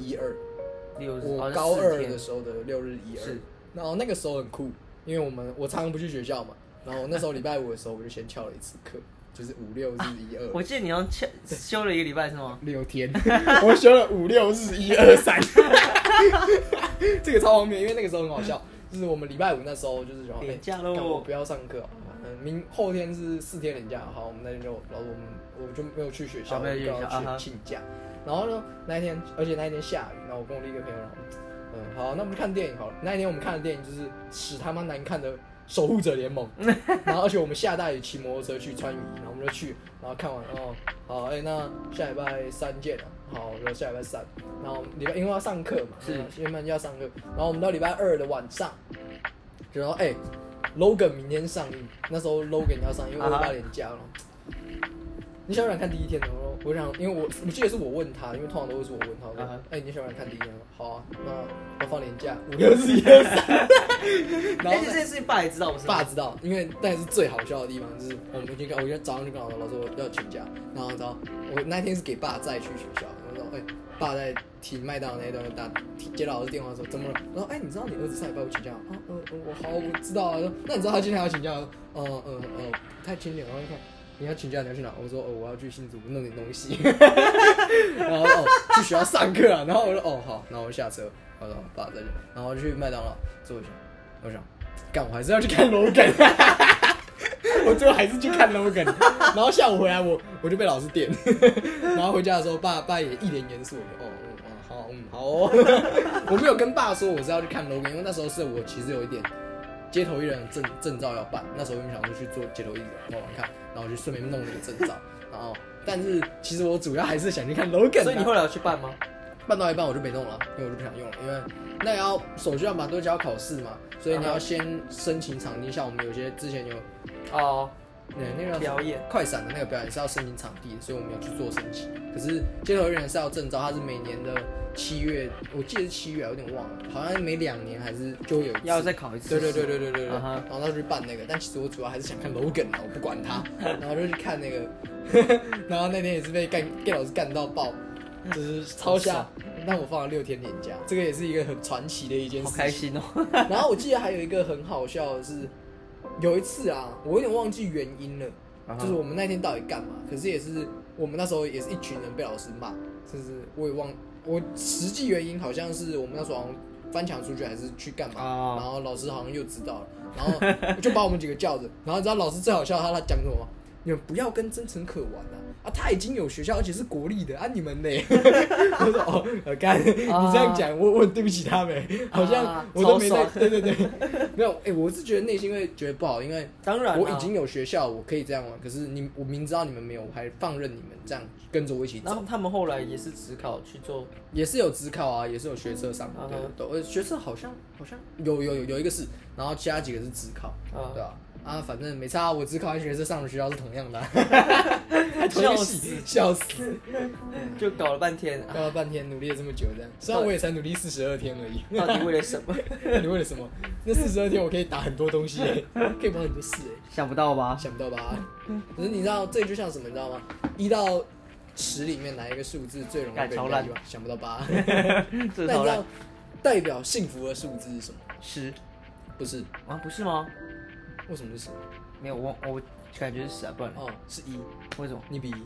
1、2，我高2的时候的6日1、2，然后那个时候很酷，因为我常常不去学校嘛。然后那时候礼拜5的时候，我就先翘了一次课，就是5、6日1、2。 我记得你要休了1个礼拜是吗 ？6天，我休了5、6日1、2、3。这个超荒谬，因为那个时候很好笑，就是我们礼拜5那时候就是说， 连假喽， 我不要上课，后天是4天连假，好，我们那天就我就没有去学校，我就要去请假。然后呢，而且那一天下雨，然后我跟我另一个朋友，好，那我们看电影好了。那一天我们看的电影就是屎他妈难看的守护者联盟，然后而且我们下大雨骑摩托车去穿雨衣，然后我们就去，然后看完好，那下礼拜3见了，好，然后下礼拜3，然后因为要上课嘛，原本就要上课，然后我们到礼拜2的晚上，就说Logan 明天上映，那时候 Logan 要上映，因为228连假了。你想不想看第一天的？我想，因为我记得是我问他，因为通常都会是我问他，说，你想不想看第一天？好啊，那我放年假5、6日1、2、3。 而且这件事情爸也知道， 爸知道，因为但是最好笑的地方就是我今天早上就跟老师说要请假，然后我那天是给爸载去学校，我说爸在停麦当劳那一段接到老师电话说怎么了？我说你知道你儿子上礼拜5请假我知道啊。说那你知道他今天要请假？不太清楚。然后看你要请假你要去哪？我说我要去新竹弄点东西。然后去学校上课啊。然后我说好，然后我就下车，我说爸再见，然后就去麦当劳坐一下。我想干我还是要去看 Logan。我最后还是去看 Logan， 然后下午回来我就被老师点，然后回家的时候爸也一脸严肃，好哦。我没有跟爸说我是要去看 Logan， 因为那时候是我其实有一点街头艺人证照要办，那时候我就想说去做街头艺人玩玩看，然后就顺便弄了一个证照，然后但是其实我主要还是想去看 Logan， 所以你后来有去办吗？ 办到一半我就没弄了，因为我就不想用了，因为那要手续要把都交考试嘛，所以你要先申请场地，像我们有些之前有那个表演快闪的那个表演是要申请场地的，所以我们有去做申请。可是街头艺人是要证照，它是每年的7月，我记得是7月，有点忘了，好像每2年还是就会有一次要再考一次。 对。然后他就去办那个，但其实我主要还是想看 Logan 啊，我不管他，然后就去看那个，然后那天也是被老师干到爆。就是超瞎，但我放了6天年假，这个也是一个很传奇的一件事情， 好开心哦。 然后我记得还有一个很好笑的是，有一次啊，我有点忘记原因了，就是我们那天到底干嘛？可是也是我们那时候也是一群人被老师骂，就是我也忘，我实际原因好像是我们那时候好像翻墙出去还是去干嘛，然后老师好像又知道了，然后就把我们几个叫着，然后你知道老师最好笑他讲什么吗？你们不要跟曾诚可玩啊！他已经有学校，而且是国立的啊！你们呢？我说干，你这样讲，我很对不起他们，好像我都没在。对，没有，我是觉得内心会觉得不好，因为当然我已经有学校，我可以这样玩，可是我明知道你们没有，我还放任你们这样跟着我一起走。 然后他们后来也是指考去做， 也是有指考啊，也是有学测上，对，学测好像有一个是，然后其他几个是指考，对吧？反正没差，我只考在学测上的学校是同样的，笑死， 就搞了半天， 努力了这么久这样，虽然我也才努力42天而已。 到底为了什么？ 你为了什么？那42天我可以打很多东西可以玩很多事想不到吧？ 可是你知道这就像什么？你知道吗？1到10里面哪一个数字最容易被人家用？想不到吧？那你知道代表幸福的数字是什么 ？10， 不是啊？不是吗？ 为什么是10？ 没有，我感觉是10啊，不然是1。 为什么？ 你比1。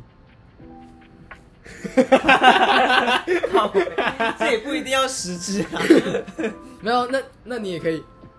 这也不一定要10只啊。 没有，那你也可以。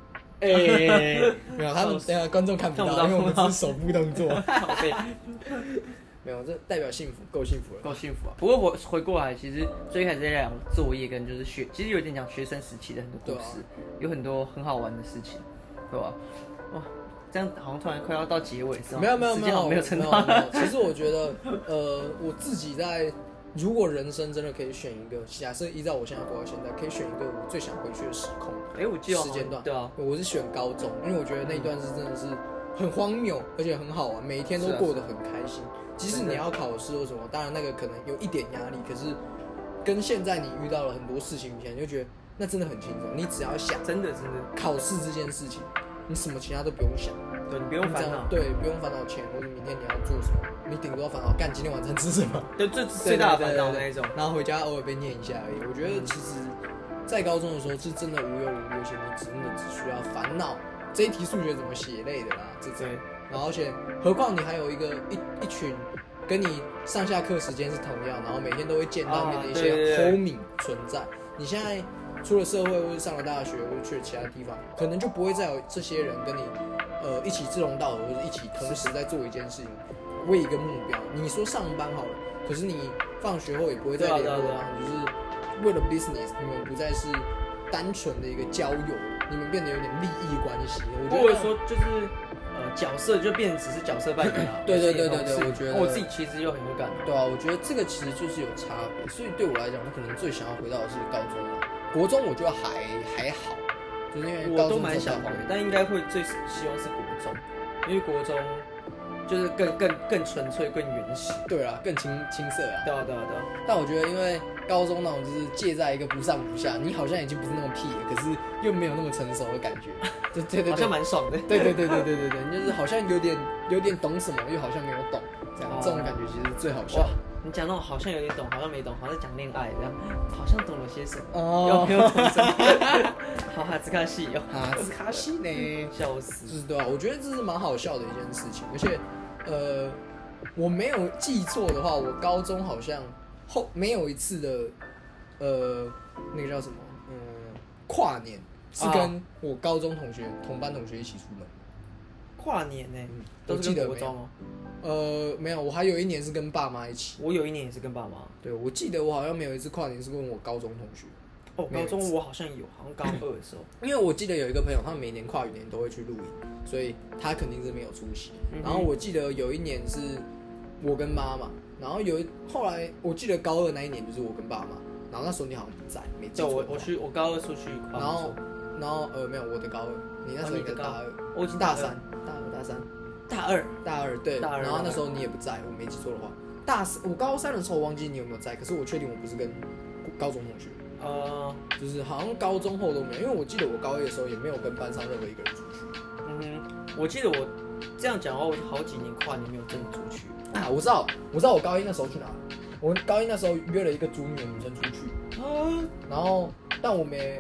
没有，他们等下观众看不到，因为我们只是手部动作。没有，这代表幸福，够幸福了， 够幸福啊！不过我回过来，其实最开始在讲作业跟就是其实有点讲学生时期的很多故事，有很多很好玩的事情，对吧？哇，这样好像突然快要到结尾是吗？ 没有， 没有撑到。 其实我觉得，我自己如果人生真的可以选一个，假设依照我现在过到现在，可以选一个我最想回去的时空， 我记得时间段， 对啊， 我是选高中，因为我觉得那一段是真的是很荒谬，而且很好玩，每一天都过得很开心。即使你要考试或什么，当然那个可能有一点压力，可是跟现在你遇到了很多事情比起来，你就觉得那真的很轻松。你只要想真的考试这件事情，你什么其他都不用想， 对你不用烦恼， 对，不用烦恼钱或者明天你要做什么，你顶多烦恼干今天晚餐吃什么， 对，最大的烦恼那一种， 然后回家偶尔被念一下而已。我觉得其实，在高中的时候是真的无忧无虑，而且你真的只需要烦恼这一题数学怎么写类的啦，这种。然后而且何况你还有一群跟你上下课时间是同样，然后每天都会见到面的一些 homie 存在。你现在出了社会，或者上了大学，或者去了其他地方，可能就不会再有这些人跟你一起志同道合，或者一起同时在做一件事情，为一个目标。你说上班好了，可是你放学后也不会再联络啊，就是为了 business， 你们不再是单纯的一个交友，你们变得有点利益关系。我觉得或者说就是角色就变成只是角色扮演了。 对，我觉得我自己其实又很有感。 对啊，我觉得这个其实就是有差别。所以对我来讲，我可能最想要回到的是高中了。国中我觉得还好，就是因为我都蛮想回，但应该会最希望是国中，因为国中就是更纯粹、更原始。 对啊，更青涩啊。 对啊。 但我觉得，因为高中那种就是介在一个不上不下，你好像已经不是那么屁了，可是又没有那么成熟的感觉。对， 好像蛮爽的。 对，你就是好像有点懂什么，又好像没有懂，这种感觉其实是最好笑。 你讲那种好像有点懂，好像没懂，好像在讲恋爱这样，好像懂了些什么，又没有懂什么。好哈兹卡西哦， 哈兹卡西呢， 笑死。 就是对啊，我觉得这是蛮好笑的一件事情，而且我没有记错的话，我高中好像没有一次的那个叫什么跨年是跟我高中同班同学一起出门。 跨年呢？都是跟国中哦。 没有，我还有一年是跟爸妈一起。 我有一年也是跟爸妈。 对，我记得我好像没有一次跨年是跟我高中同学。 高中我好像有，好像高二的时候。 因为我记得有一个朋友，他每年跨年都会去露营，所以他肯定是没有出席。然后我记得有一年是我跟妈妈，然后后来我记得高二那一年就是我跟爸妈，然后那时候你好像不在，没记错。 我高二出去跨年。 然后没有，我的高二，你那时候应该大二， 我已经大三，大二对，然后那时候你也不在，我没记错的话，我高三的时候我忘记你有没有在，可是我确定我不是跟高中同学，就是好像高中后都没有，因为我记得我高一的时候也没有跟班上任何一个人出去。 我记得我这样讲的话，我好几年跨年没有真的出去啊。我知道我高一那时候去哪了，我高一那时候约了一个主女的女生出去，然后但我没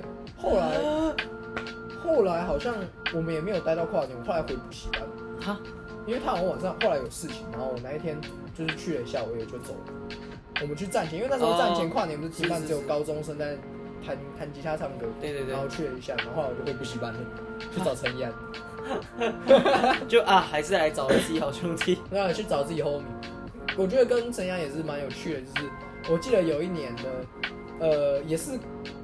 后来好像我们也没有待到跨年，我后来回补习班。因为他好像晚上后来有事情，然后我那一天就是去了一下，我也就走了。我们去站前，因为那时候站前跨年不是提班只有高中生在弹吉他唱歌， 对， 然后去了一下，然后后来我就回补习班了，去找陈怡安， 就还是来找自己好兄弟， 对，去找自己 homie。我觉得跟陈怡安也是蛮有趣的，就是我记得有一年的，也是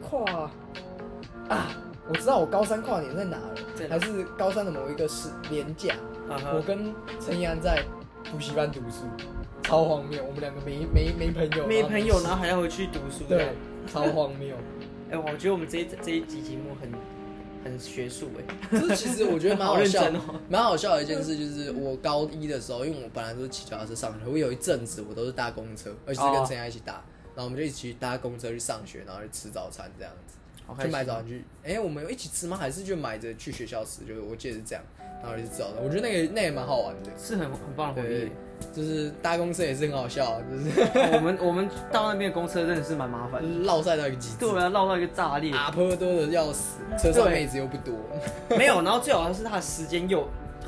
我知道我高三跨年在哪了，还是高三的某一个连假。我跟陈怡安在补习班读书，超荒谬。我们两个没朋友， 然后还要回去读书， 对，超荒谬。 我觉得我们这一集节目很学术就是其实我觉得蛮好笑，蛮好笑的一件事就是我高一的时候，因为我本来都是骑脚踏车上学，我有一阵子我都是搭公车，而且是跟陈怡安一起搭，然后我们就一起搭公车去上学，然后去吃早餐这样子。去买早餐去，我们有一起吃吗？还是就买着去学校吃？就我记得是这样，然后就知道的。我觉得那也蛮好玩的， 是很棒的回忆。 就是搭公车也是很好笑，就是我们到那边的公车真的是蛮麻烦， 绕赛到一个极致， 对啊，绕到一个炸裂， 坡多的要死，车上妹子又不多， 没有。然后最好的是它的时间又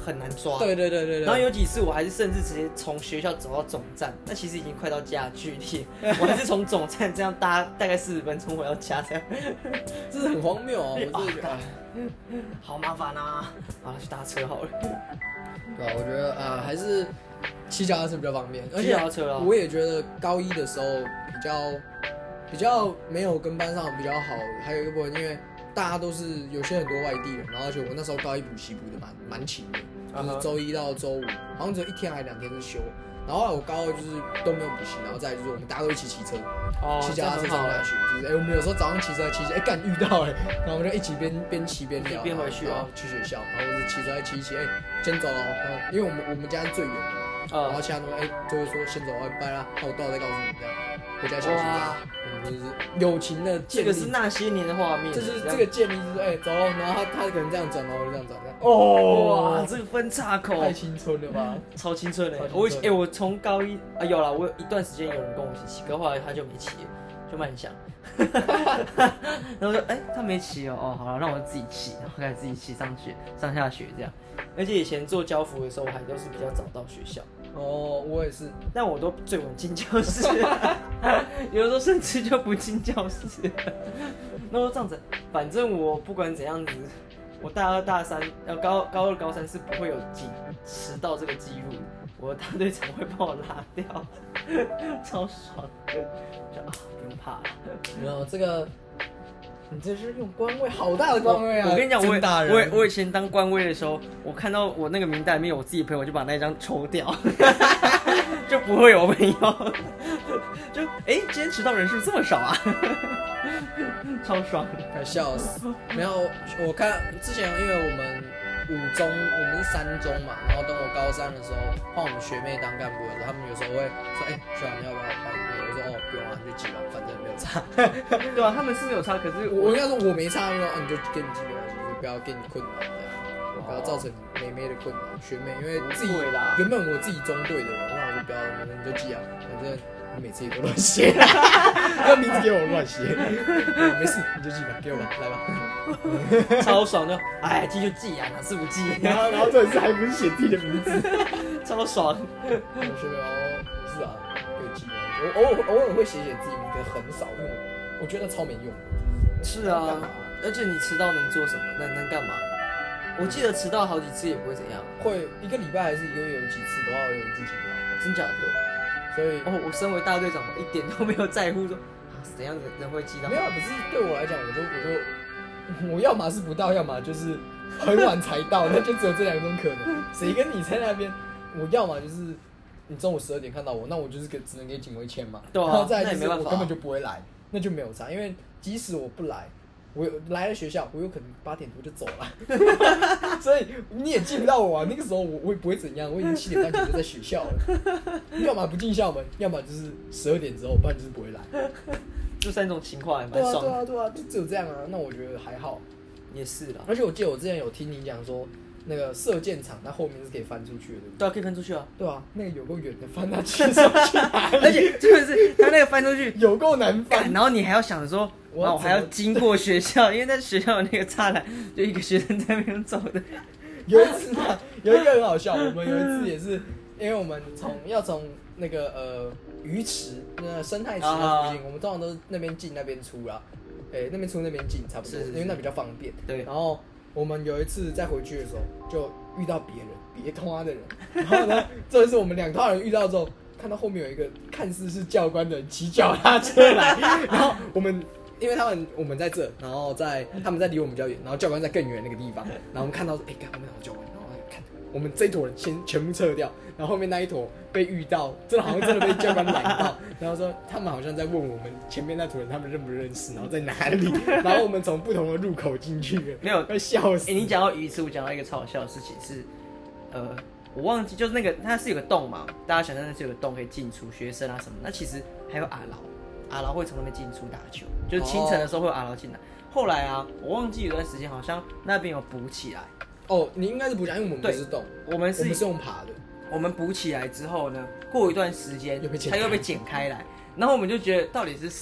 很难抓。 对。 然后有几次我还是甚至直接从学校走到总站，那其实已经快到家的距离，我还是从总站这样搭大概40分钟回到家这样， 这是很荒谬啊！我是觉得， 好麻烦啊！去搭车好了。 对啊，我觉得还是骑脚踏车比较方便，而且我也觉得高一的时候比较没有跟班上比较好，还有一个部分，因为大家都是有些很多外地人，然后而且我那时候高一补习补的蛮勤的，就是周一到周五，好像只有1天还2天是休。然后后来我高二就是都没有补习，然后再来就是我们大家都一起骑车，骑脚踏车上下学，就是我们有时候早上骑车干遇到然后我们就一起边骑边聊， 边回去然后去学校，然后或者骑车骑先走了，然后因为我们家是最远的嘛，然后其他同学就会说先走，拜啦，那我到了再告诉你这样，回家休息。我们就是友情的建立， 这个是那些年的画面， 就是这个建立就是走，然后他可能这样转，然后我就这样转， 哇，这个分岔口太青春了吧， 超青春的。我从高一有啦，我有一段时间有人跟我一起骑，可后来他就没骑了，就蛮想。然后说他没骑哦，好了，让我自己骑，然后开始自己骑上下学这样。而且以前做交付的时候，我还都是比较早到学校。 我也是， 但我都最晚进教室，有的时候甚至就不进教室。那说这样子，反正我不管怎样子，我大2、大3，高2、高3是不会有迟到这个记录，我的大队长会帮我拉掉，超爽的，就不用怕了。 没有这个。你这是用官位，好大的官位啊！ 我跟你讲，我以前当官位的时候，我看到我那个名单里面有我自己的朋友，我就把那一张抽掉，就不会有朋友。就今天迟到人数这么少啊，超爽， 快笑死！没有，我看之前因为我们5中，我们是3中嘛，然后等我高3的时候换我们学妹当干部的时候，他们有时候会说，学长你要不要办？我说不用了，你就记吧，反正没有差。 对啊，他们是没有差，可是我应该说我没差，你就给你记没关系，就不要给你困扰，不要造成妹妹的困扰。学妹，因为自己原本我自己中队的人，那我就不要，你就记啊，反正你每次也都乱写，那名字给我乱写，没事你就记吧，给我吧，来吧， 超爽的，记就记啊，哪次不记？ 然后这次还不是写自己的名字， 超爽。 学妹是啊，可以记。我偶尔会写自己名字，很少，因为我觉得超没用。 是啊，而且你迟到能做什么？能干嘛？我记得迟到好几次也不会怎样。 会1个礼拜还是1个月有几次的话，我有自己的。 真假的？ 所以我身为大队长，我一点都没有在乎说怎样人会记到。 没有，可是对我来讲，我要么是不到，要么就是很晚才到，那就只有这2种可能。谁跟你在那边？我要么就是你中午12点看到我，那我就是只能给警卫签嘛。 对啊， 然后再来就是我根本就不会来，那就没有差，因为即使我不来。我来了学校，我有可能8点多就走了，所以你也记不到我啊。那个时候我也不会怎样，我已经7点半前就在学校了。要么不进校门，要么就是12点之后，不然就是不会来。 这3种情况还蛮爽的。 对啊，就只有这样啊。那我觉得还好。 也是啦。 而且我记得我之前有听你讲说，那个射箭场它后面是可以翻出去的。 对啊，可以翻出去啊。 对啊，那个有够远的，翻到去上去， 而且就是它那个翻出去有够难翻， 然后你还要想着说。然后我还要经过学校，因为在学校的那个栅栏，就一个学生在那边走的。 有一次啊，有一个很好笑，我们有一次也是，因为我们要从那个鱼池那生态池那附近，我们通常都是那边进那边出啦，那边出那边进差不多，因为那比较方便。 对。 然后我们有一次在回去的时候，就遇到别拖的人，然后呢，这是我们2套人遇到之后，看到后面有一个看似是教官的人骑脚踏车来，然后因为我们在这，然后他们在离我们比较远，然后教官在更远那个地方，然后我们看到说，看后面有教官，然后看我们这一坨人先全部撤掉，然后后面那一坨被遇到，好像真的被教官拦到，然后说他们好像在问我们前面那坨人他们认不认识，然后在哪里，然后我们从不同的入口进去， 没有， 快笑死。 你讲到鱼池，我讲到一个超好笑的事情是，我忘记就是那个它是有个洞嘛，大家想象那是有个洞可以进出学生啊什么，那其实还有阿劳会从那边进出打球，就是清晨的时候会有阿劳进来。后来啊，我忘记有段时间好像那边有补起来。 你应该是补起来，因为我们不是洞，我们是用爬的。 我们补起来之后呢，过一段时间它又被剪开来，然后我们就觉得到底是谁？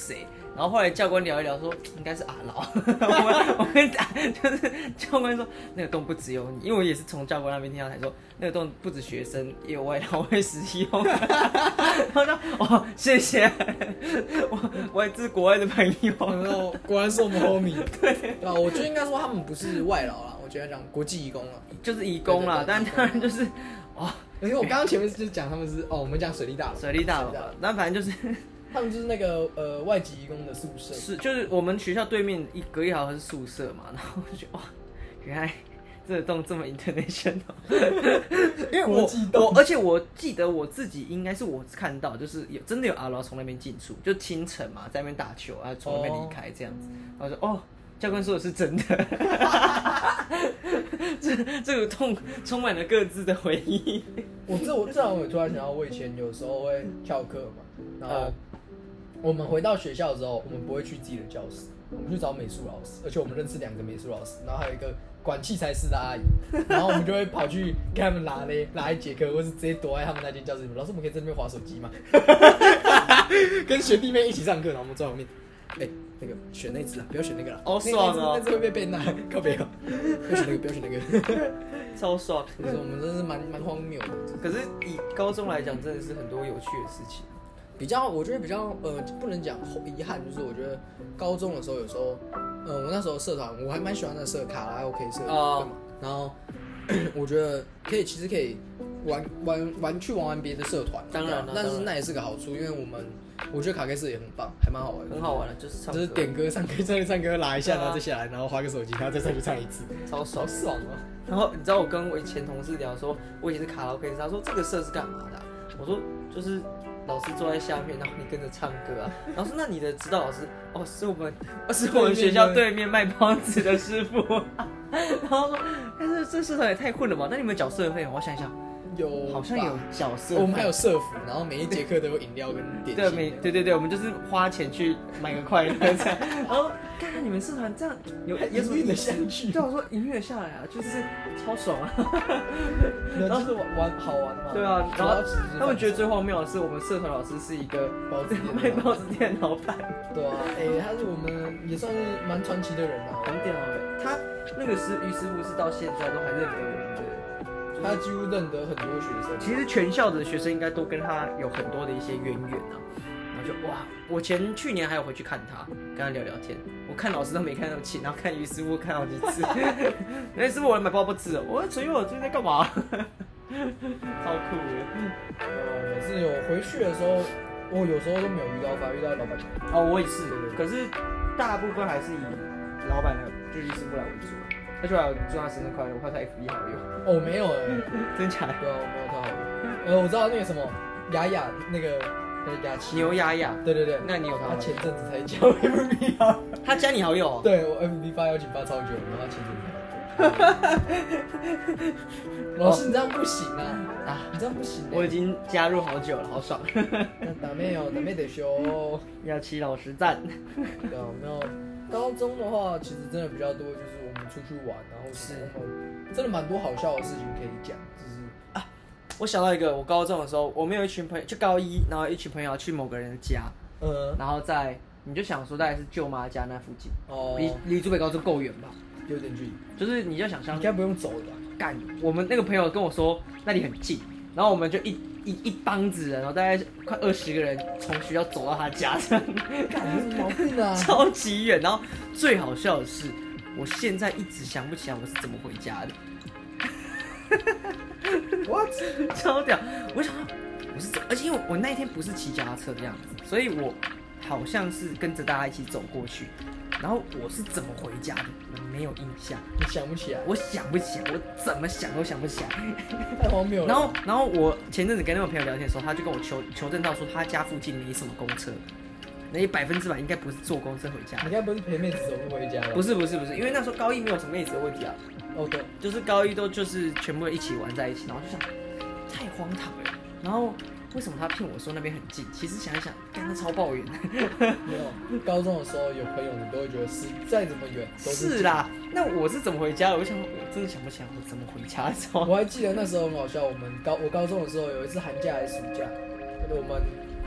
然后后来教官聊一聊说应该是阿劳，我跟讲就是教官说那个洞不只有你，因为我也是从教官那边听到才说那个洞不止学生也有外劳会使用，然后说哦谢谢，我来自国外的朋友， 然后果然是我们 homie， 对啊，我觉得应该说他们不是外劳啦，我觉得讲国际移工啦， 就是移工啦，但当然就是哦， 因为我刚刚前面就是讲他们是我们讲水利大楼， 但反正就是。 他们就是那个外籍移工的宿舍， 是就是我们学校对面隔一条是宿舍嘛，然后我就觉得哇，原来这个洞这么 international， 因为而且我记得我自己应该是我看到就是真的有阿劳从那边进出，就清晨嘛在那边打球啊，从那边离开这样子，然后说教官说的是真的，这个洞充满了各自的回忆。 我突然想到，我以前有时候会翘课嘛，然后我们回到学校之后，我们不会去自己的教室，我们去找美术老师，而且我们认识2个美术老师，然后还有一个管器材室的阿姨，然后我们就会跑去跟他们拉一节课，或是直接躲在他们那间教室里面。老师，我们可以在那边滑手机吗？跟学弟妹一起上课，然后我们坐在后面，那个选那只啊，不要选那个了。 爽啊！ 那只会被拿，靠北哦，不要选那个， 超爽。 可是我们真的是蛮荒谬的。 可是以高中来讲，真的是很多有趣的事情。 我觉得比较不能讲遗憾，就是我觉得高中的时候有时候，我那时候社团我还蛮喜欢那社卡拉 OK 社干嘛，然后我觉得其实可以去玩别的社团， 当然但是那也是个好处，因为我觉得卡 K 社也很棒，还蛮好玩的， 很好玩的，就是点歌上去唱歌拉一下，然后再下来，然后划个手机，然后再上去唱一次， 超爽啊！ 然后你知道我跟我以前同事聊说，我以前是卡拉 OK 社，他说这个社是干嘛的啊？我说就是。老师坐在下面，然后你跟着唱歌啊。然后说：“那你的指导老师是我们学校对面卖包子的师傅。”然后说：“但是这社团也太混了吧？那你们缴社费？我想一想，好像有缴社费， 我们还有社服，然后每一节课都有饮料跟点心。 对，我们就是花钱去买个快乐这样。然后看看你们社团这样有什么营运的下去？ 对，我说营运下来啊，就是超爽啊。 然后就是好玩嘛。 对啊，然后他们觉得最荒谬的是，我们社团老师是一个卖包子店的老板。 对啊，他是我们也算是蛮传奇的人啊， 很屌的。他那个于师傅是到现在都还认得我们的。 他几乎认得很多学生， 其实全校的学生应该都跟他有很多的一些渊源啊。然后就哇，我去年还有回去看他，跟他聊聊天。我看老师都没看到起，然后看于师傅看好几次。那师傅我来买包不吃了，我说陈佑最近在干嘛？超酷的。 每次有回去的时候，我有时候都没有遇到老板。 我也是，可是大部分还是以老板的就是师傅来为主。而且我还有祝他生日快乐，我怕他 FB 好友。 没有真假的？ 对啊，我没有他好友。我知道那个什么雅雅那个雅琪牛雅雅， 对，那你有他前阵子才加 FB 好友， 他加你好友？ 对，我 FB 发邀请发超久，然后他前阵子老师你这样不行啊！你这样不行。 我已经加入好久了，好爽。 打妹得修。 雅琪老师赞。 对啊，没有。高中的话，其实真的比较多，就是我们出去玩，然后真的蛮多好笑的事情可以讲。就是我想到一个，我高中的时候，我们有一群朋友，就高一，然后一群朋友要去某个人的家，然后你就想说大概是舅妈家那附近，离竹北高中够远吧？ 有点距离， 就是你就想象， 应该不用走的吧？ 干，我们那个朋友跟我说那里很近，然后我们就一帮子人，然后大概快20个人从学校走到他家，这样， 干有什么毛病啊？ 超级远。然后最好笑的是，我现在一直想不起来我是怎么回家的。 What？ 超屌！我想到而且因为我那一天不是骑脚踏车的样子，所以我好像是跟着大家一起走过去。然后我是怎么回家的，我没有印象。 你想不起来？ 我想不起来，我怎么想都想不起来， 太荒谬了。 然后我前阵子跟那个朋友聊天的时候，他就跟我求证到说，他家附近没什么公车，那你100%应该不是坐公车回家。 你应该不是陪妹子走路回家吧？ 不是，因为那时候高一没有什么妹子的问题啊。 对， 就是高一都就是全部一起玩在一起，然后就想太荒唐了。然后为什么他骗我说那边很近？其实想一想，干他超抱怨。 没有，高中的时候有朋友，你都会觉得是再怎么远都是啦。那我是怎么回家的？我想，我真的想不起来我怎么回家的。 我还记得那时候很好笑，我高中的时候有一次寒假还是暑假，我们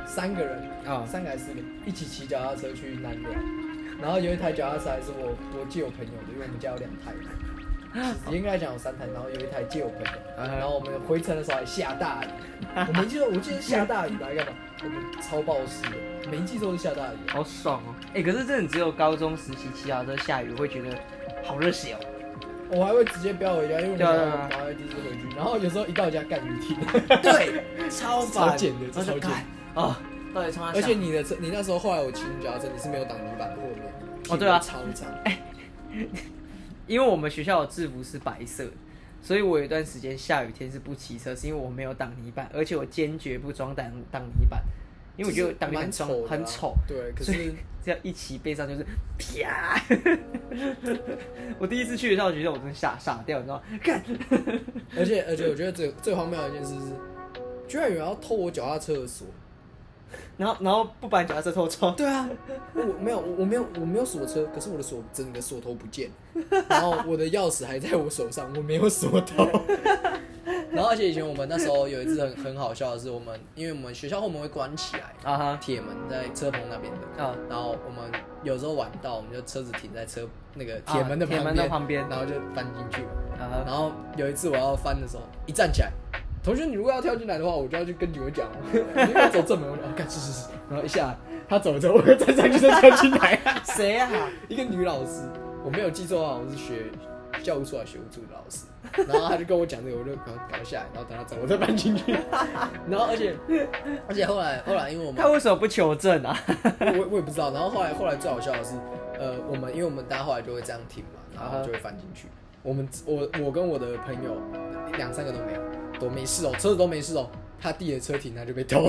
3个人啊，3个还是4个，一起骑脚踏车去南寮。然后有一台脚踏车还是我借我朋友的，因为我们家有2台。应该讲有3台，然后有一台借我朋友，然后我们回程的时候还下大雨，我记得下大雨来干嘛？我们超暴湿的，每一季都是下大雨， 好爽哦！可是真的只有高中时期骑脚踏车下雨，会觉得好热血哦。 我还会直接飙回家，因为我想赶快第一次回去，然后有时候一到家干雨停， 对，超简的，超简啊！到底从哪？ 而且你那时候后来我骑脚踏车，你是没有挡泥板的后面， 哦对啊， 超长。 因为我们学校的制服是白色，所以我有一段时间下雨天是不骑车，是因为我没有挡泥板，而且我坚决不装挡泥板，因为我觉得挡泥板装很丑。 对，可是这样一骑背上就是啪！我第一次去学校，觉得我真的傻掉，你知道吗？干！ 而且我觉得最荒谬的一件事是，居然有人要偷我脚踏车的锁。 然后不把你脚踏车偷走。 对啊，我没有锁车，可是我的整个锁头不见，然后我的钥匙还在我手上，我没有锁头。然后而且以前我们那时候有一次很好笑的是，因为我们学校后门会关起来啊，铁门在车棚那边的啊，然后我们有时候晚到，我们就车子停在那个铁门的旁边，然后就翻进去然后有一次我要翻的时候，一站起来。同学，你如果要跳进来的话，我就要去跟女儿讲，你要走正门，我就干是，然后一下他走了之后，我就站上去再跳进来。 谁啊？ 一个女老师，我没有记错的话，我是学教务处还是学务处的老师。然后他就跟我讲这个，我就赶快下来，然后等他走，我再搬进去。然后而且后来，因为我们他为什么不求证啊？ 我也不知道。然后后来最好笑的是，因为我们大家后来就会这样停嘛，然后就会翻进去。我跟我的朋友2、3个都没事哦，车子都没事哦。他弟的车停，他就被偷。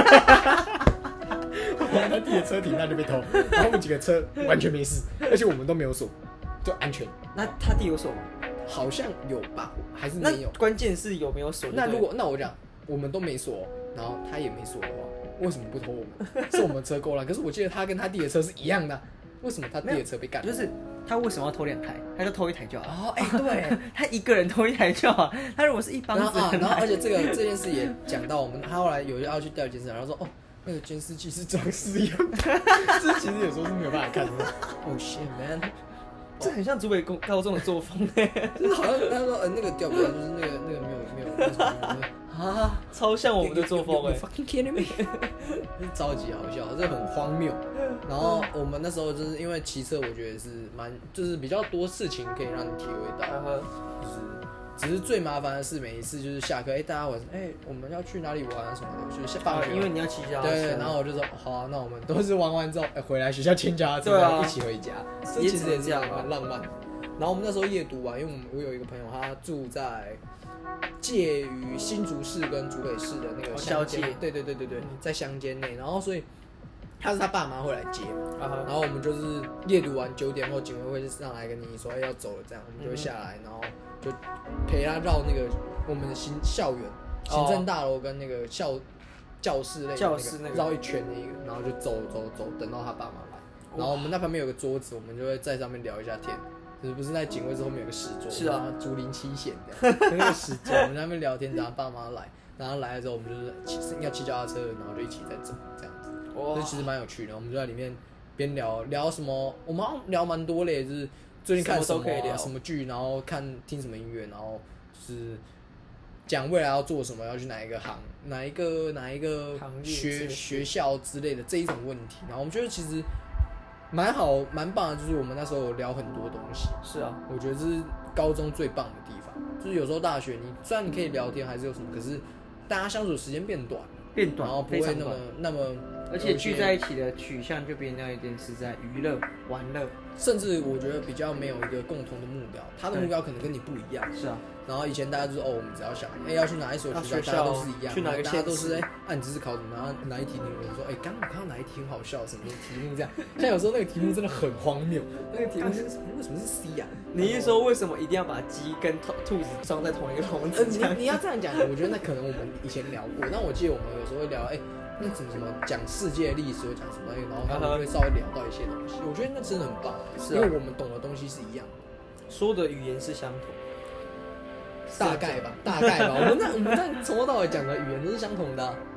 他弟的车停，他就被偷。然后我们几个车完全没事，而且我们都没有锁，就安全。 那他弟有锁吗？ 好像有吧，还是没有？ 关键是有没有锁？ 那我讲，我们都没锁，然后他也没锁的话，为什么不偷我们？是我们车够烂，可是我记得他跟他弟的车是一样的，为什么他弟的车被干？ 就是他为什么要偷2台？他就偷1台就好。 哦，对， 他一个人偷1台就好。他如果是一帮子， 然后而且这件事也讲到他后来有要去调监视，然后说哦，那个监视器是装饰用的，这其实有时候是没有办法看的。Oh shit man， 这很像竹北高中的作风就是好像他说那个调不了，就是那个没有啊， 超像我们的作风 fucking kidding me， 超级好笑，这很荒谬。然后我们那时候就是因为骑车，我觉得是就是比较多事情可以让你体会到，就是只是最麻烦的是每一次就是下课，大家晚上我们要去哪里玩啊什么的，就是放学， 因为你要骑脚踏车。 对，然后我就说好啊，那我们都是玩完之后回来学校牵脚踏车，一起回家，这其实也是蛮浪漫的。然后我们那时候夜读啊，因为我有一个朋友，他住在介于新竹市跟竹北市的那个乡间，对，在乡间内，然后所以他是他爸妈会来接，然后我们就是夜读完9点后，警卫会上来跟你说要走了，这样我们就会下来，然后就陪他绕那个我们的校园、行政大楼跟那个教室类的那个绕一圈那个，然后就走，等到他爸妈来，然后我们那旁边有个桌子，我们就会在上面聊一下天。就是不是在警卫室后面有个石桌， 是啊， 竹林七贤这样，那个石桌，我们在那边聊天，等他爸妈来，然后来了之后，我们就是要骑脚踏车，然后就一起在走这样子，这其实蛮有趣的。我们就在里面边聊什么，我们好像聊蛮多嘞，就是最近看什么什么剧，然后听什么音乐，然后就是讲未来要做什么，要去哪一个学校之类的这一种问题，然后我们觉得其实。蛮棒的，就是我们那时候有聊很多东西。是啊，我觉得这是高中最棒的地方。就是有时候大学虽然你可以聊天，还是有什么，可是大家相处的时间变短，然后不会那么， 而且聚在一起的取向就变掉一点，是在娱乐、玩乐， 甚至我觉得比较没有一个共同的目标，他的目标可能跟你不一样。是啊。然后以前大家就是我们只要想要去哪一所学校，大家都是一样， 去哪个大家都是你只是考什么，然后哪一题你有人说刚刚我看到哪一题很好笑，什么题目这样。像有时候那个题目真的很荒谬，那个题目是为什么是 C 啊？ 你是说为什么一定要把鸡跟兔子装在同一个笼子？ 你要这样讲，我觉得那可能我们以前聊过，但我记得我们有时候会聊那怎么讲世界历史，会讲什么，然后他们会稍微聊到一些东西，我觉得那真的很棒，因为我们懂的东西是一样的， 说的语言是相同。 大概吧，我们那从头到尾讲的语言都是相同的，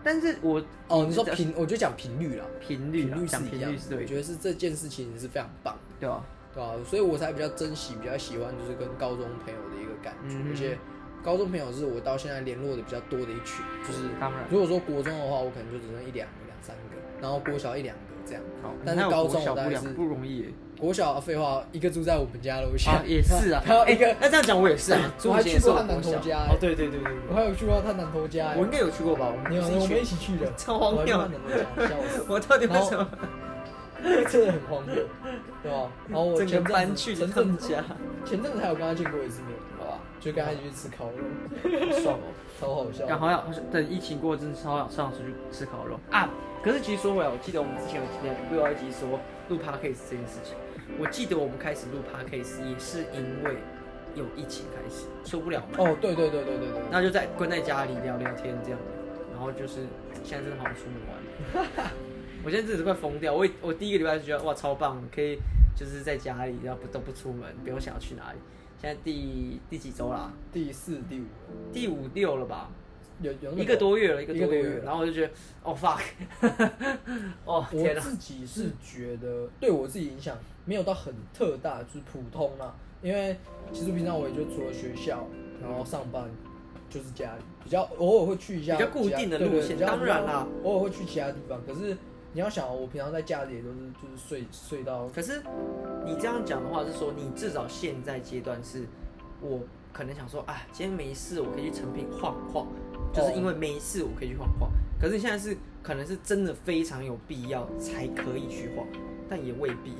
但是你说我就讲频率啦， 频率是一样， 对， 我觉得是这件事情是非常棒的， 对吧？ 对吧？所以我才比较珍惜、比较喜欢，就是跟高中朋友的一个感觉，而且高中朋友是我到现在联络的比较多的一群，就是当然， 如果说国中的话，我可能就只剩1、2个、2、3个，然后国小1、2个这样，但是高中我大概是不容易耶。 国小废话，一个住在我们家楼下， 也是啊。 还有一个， 那这样讲我也是啊， 我还去过他南头家。 哦，对， 我还有去过他南头家。 我应该有去过吧？我们一起去的， 超荒谬。 笑死！ 我到底为什么？ 真的很荒谬，对吧？然后我整个搬去他们家， 前阵子还有跟他见过一次面，好吧？就跟他一起去吃烤肉，爽哦，超好笑。 好像等疫情过，真的超想出去吃烤肉啊！可是其实说回来，我记得我们之前有录到一集说录 podcast 这件事情。我记得我们开始录 podcast 也是因为有疫情开始出不了门。 哦，对。 那就关在家里聊聊天这样，然后就是现在真的好想出门玩。我现在真的是快疯掉。我第一个礼拜就觉得哇超棒，可以就是在家里，然后都不出门，不用想要去哪里。现在第几周啦？ 第4、第5、 第5、6了吧？ 有 1个多月了，1个多月。然后我就觉得哦 fuck， 哦天哪！ 我自己是觉得对我自己影响没有到很特大，就是普通啦。因为其实平常我也就除了学校，然后上班，就是家里，比较偶尔会去一下比较固定的路线。当然啦， 偶尔会去其他地方。可是你要想，我平常在家里也都是就是睡到。 可是你这样讲的话，是说你至少现在阶段是，我可能想说啊，今天没事，我可以去成品晃晃。就是因为没事我可以去晃晃，可是现在是可能是真的非常有必要才可以去晃，但也未必。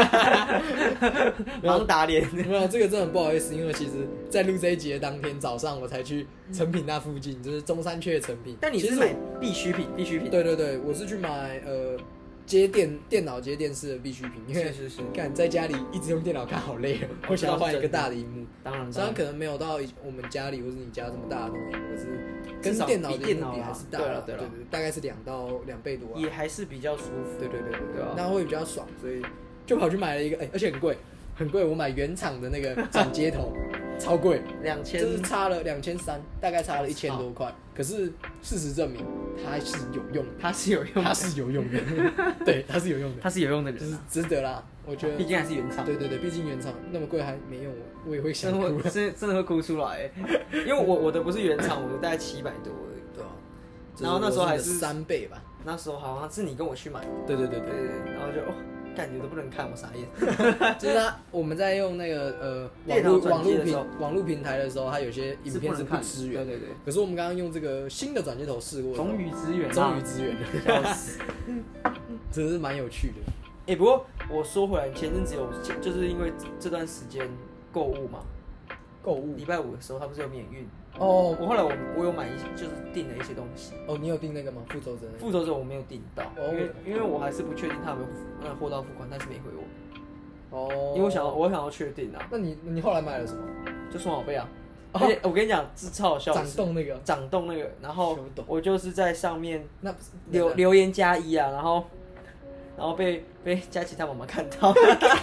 忙打脸， 没有这个真的不好意思，因为其实在录这一集的当天早上，我才去成品那附近，就是中山区的成品。 但你是买必需品？ 对，我是去买接电脑接电视的必需品，因为干在家里一直用电脑看好累了，我想要换一个大的荧幕。 当然， 虽然可能没有到我们家里或是你家这么大的那种荧幕，可是跟电脑的荧幕比还是大了。对，大概是2倍多， 也还是比较舒服。 对，那会比较爽，所以就跑去买了一个，而且很贵，我买原厂的那个转接头。超贵，2000，就是差了2300，大概差了1000多块。可是事实证明，它是有用的， 它是有用的， 对，它是有用的， 它是有用的人， 就是值得啦。我觉得， 毕竟还是原厂。 对，毕竟原厂那么贵还没用，我也会想哭， 真的会哭出来。因为我的不是原厂，我的大概700多而已，对吧？然后那时候还是 3倍吧， 那时候好像是你跟我去买， 对， 然后就感觉都不能看，我傻眼。 就是我们在用那个网络平台的时候，它有些影片是不支援。 对。 可是我们刚刚用这个新的转接头试过， 终于支援了， 笑死，真的是蛮有趣的。 不过我说回来，前阵子就是因为这段时间购物嘛，礼拜5的时候它不是有免运哦。我后来我有买就是订了一些东西。 哦，你有订那个吗？复仇者我没有订到，因为我还是不确定他有没有货到付款，但是没回我。哦，因为我想要确定啊。 那你后来买了什么？ 就数码贝啊。而且我跟你讲，这超好笑的。掌动那个，然后我就是在上面留言+1啊，然后被佳琪他妈妈看到，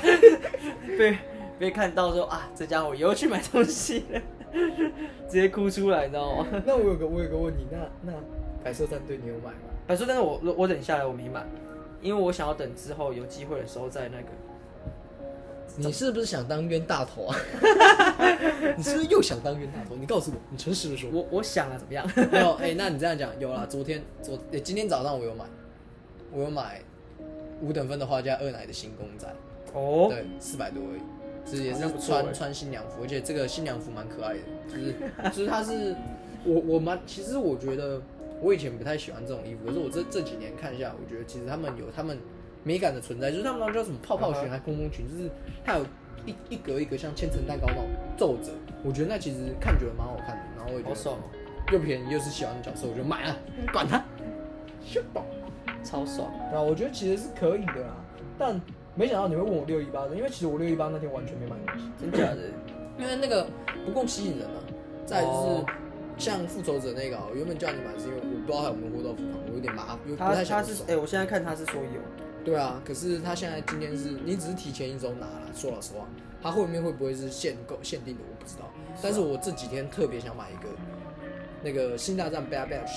被看到说啊，这家伙又去买东西了，直接哭出来，你知道吗？ 那我有个问题，那白色战队你有买吗？ 白色战队我等下来我没买，因为我想要等之后有机会的时候再那个。 你是不是想当冤大头啊？你是不是又想当冤大头？你告诉我，你诚实的说。 我想啊，怎么样？ 没有，那你这样讲有啦。今天早上我有买5等分的花加2奶的新公仔。哦，对，400多而已。是也是穿新娘服，而且这个新娘服蛮可爱的，就是它是其实我觉得我以前不太喜欢这种衣服，可是我这几年看下来，我觉得其实他们有他们美感的存在，就是他们那叫什么泡泡裙还空空裙，就是它有一格一格像千层蛋糕那种皱褶，我觉得那其实看觉得蛮好看的，然后我也觉得好爽哦， 又便宜又是喜欢的角色，我就买了，管它， 超爽。 对啊，我觉得其实是可以的啦，但没想到你会问我618的，因为其实我618那天完全没买东西， 真假的？ 因为那个不够吸引人啊。再来就是像复仇者那个，我原本叫你买是因为我不知道他有没有货到付款，我有点麻烦，不太想收。 我现在看他是说有。 对啊，可是他现在今天是你只是提前1周拿了，说老实话，他后面会不会是限定的我不知道。但是我这几天特别想买一个那个新大战 Bad Batch 的。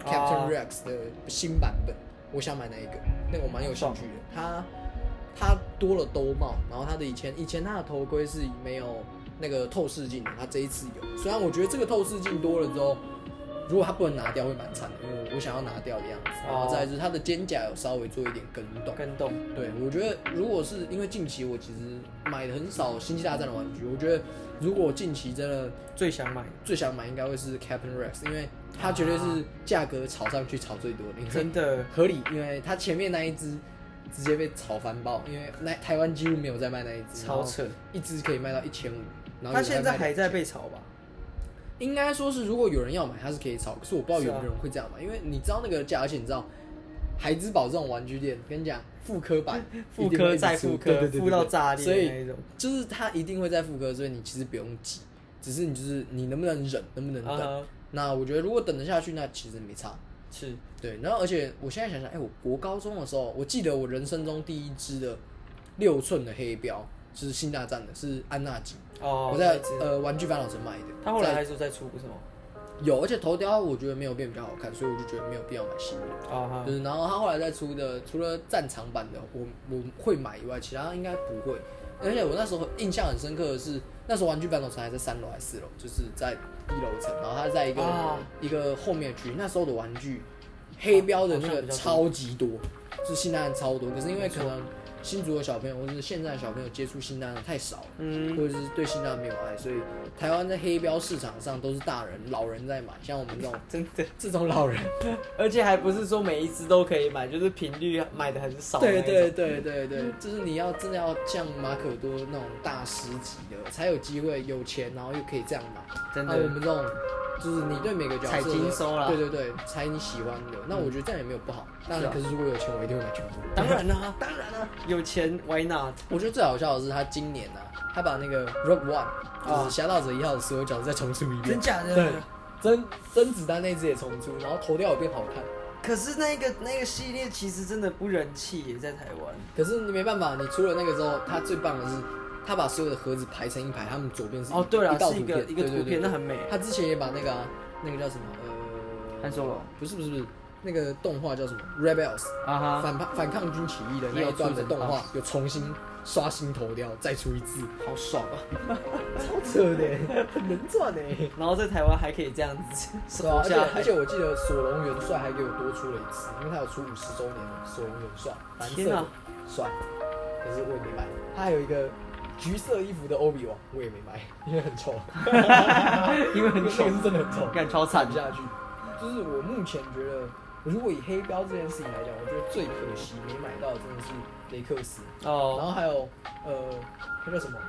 Captain Rex 的新版本，我想买那一个，那个我蛮有兴趣的。它多了兜帽，然后它的以前它的头盔是没有那个透视镜的，它这一次有。虽然我觉得这个透视镜多了之后，如果它不能拿掉会蛮惨的，因为我想要拿掉的样子。然后再来就是它的肩甲有稍微做一点跟动。对，我觉得如果是因为近期我其实买的很少星际大战的玩具，我觉得如果近期真的最想买应该会是 Captain Rex， 因为它绝对是价格炒上去炒最多的， 真的合理，因为它前面那一只直接被炒翻爆，因为台湾几乎没有在卖那一只， 超扯， 一只可以卖到1500，然后它现在还在被炒吧？ 应该说是，如果有人要买，它是可以炒，可是我不知道有没有人会这样买，因为你知道那个价，而且你知道孩之宝这种玩具店，跟你讲复刻版， 复刻再复刻，复到炸裂的那一种， 就是它一定会再复刻，所以你其实不用急，只是你就是你能不能忍，能不能等。那我觉得如果等得下去，那其实没差。 是对，然后而且我现在想想，我国高中的时候，我记得我人生中第一支的6寸的黑标，就是星大战的，是安纳吉。我在玩具反斗城买的。 他后来还是在出不是吗？ 有，而且头雕我觉得没有变比较好看，所以我就觉得没有必要买新的。就是然后他后来再出的，除了战场版的我会买以外，其他应该不会。而且我那时候印象很深刻的是，那时候玩具反斗城还在3楼还是4楼，就是在1楼层，然后它在一个后面的区。那时候的玩具黑标的那个超级多，就是新大战超多。可是因为可能新竹的小朋友或者是现在的小朋友接触新大战太少了，或者是对新大战没有爱，所以台湾在黑标市场上都是大人老人在买，像我们这种真的这种老人， 而且还不是说每一只都可以买，就是频率买的很少。 对，就是你要真的要像马可多那种大师级的，才有机会有钱，然后又可以这样买。 真的， 我们这种就是你对每个角色采金收啦， 对，采你喜欢的。那我觉得这样也没有不好。当然，可是如果有钱，我一定会买全部。 当然啦，有钱 why not？ 我觉得最好笑的是他今年啊，他把那个 Rogue One， 就是侠盗者1号的所有角色再重出一遍。 真假的？ 对，真子弹那只也重出，然后头雕也变好看。 可是那个系列其实真的不人气耶，在台湾。 可是你没办法，你出了那个之后，他最棒的是。他把所有的盒子排成一排，他们左边是一道图片， 一个图片，那很美。 他之前也把那个叫什么 Han Solo， 不是，那个动画叫什么 Rebels 反抗军起义的那一段的动画，有重新刷新头雕，再出一次，好爽啊！超扯的，很能赚的。 然后在台湾还可以这样子活下来， 而且我记得索隆元帅还给我多出了一次，因为他有出50周年的索隆元帅，蓝色的帅，可是我也没买。他还有一个橘色衣服的欧比王，我也没买，因为很丑， 因为很丑， 是真的很丑， 感超惨不下去。就是我目前觉得，如果以黑标这件事情来讲，我觉得最可惜没买到的真的是雷克斯然后还有那叫什么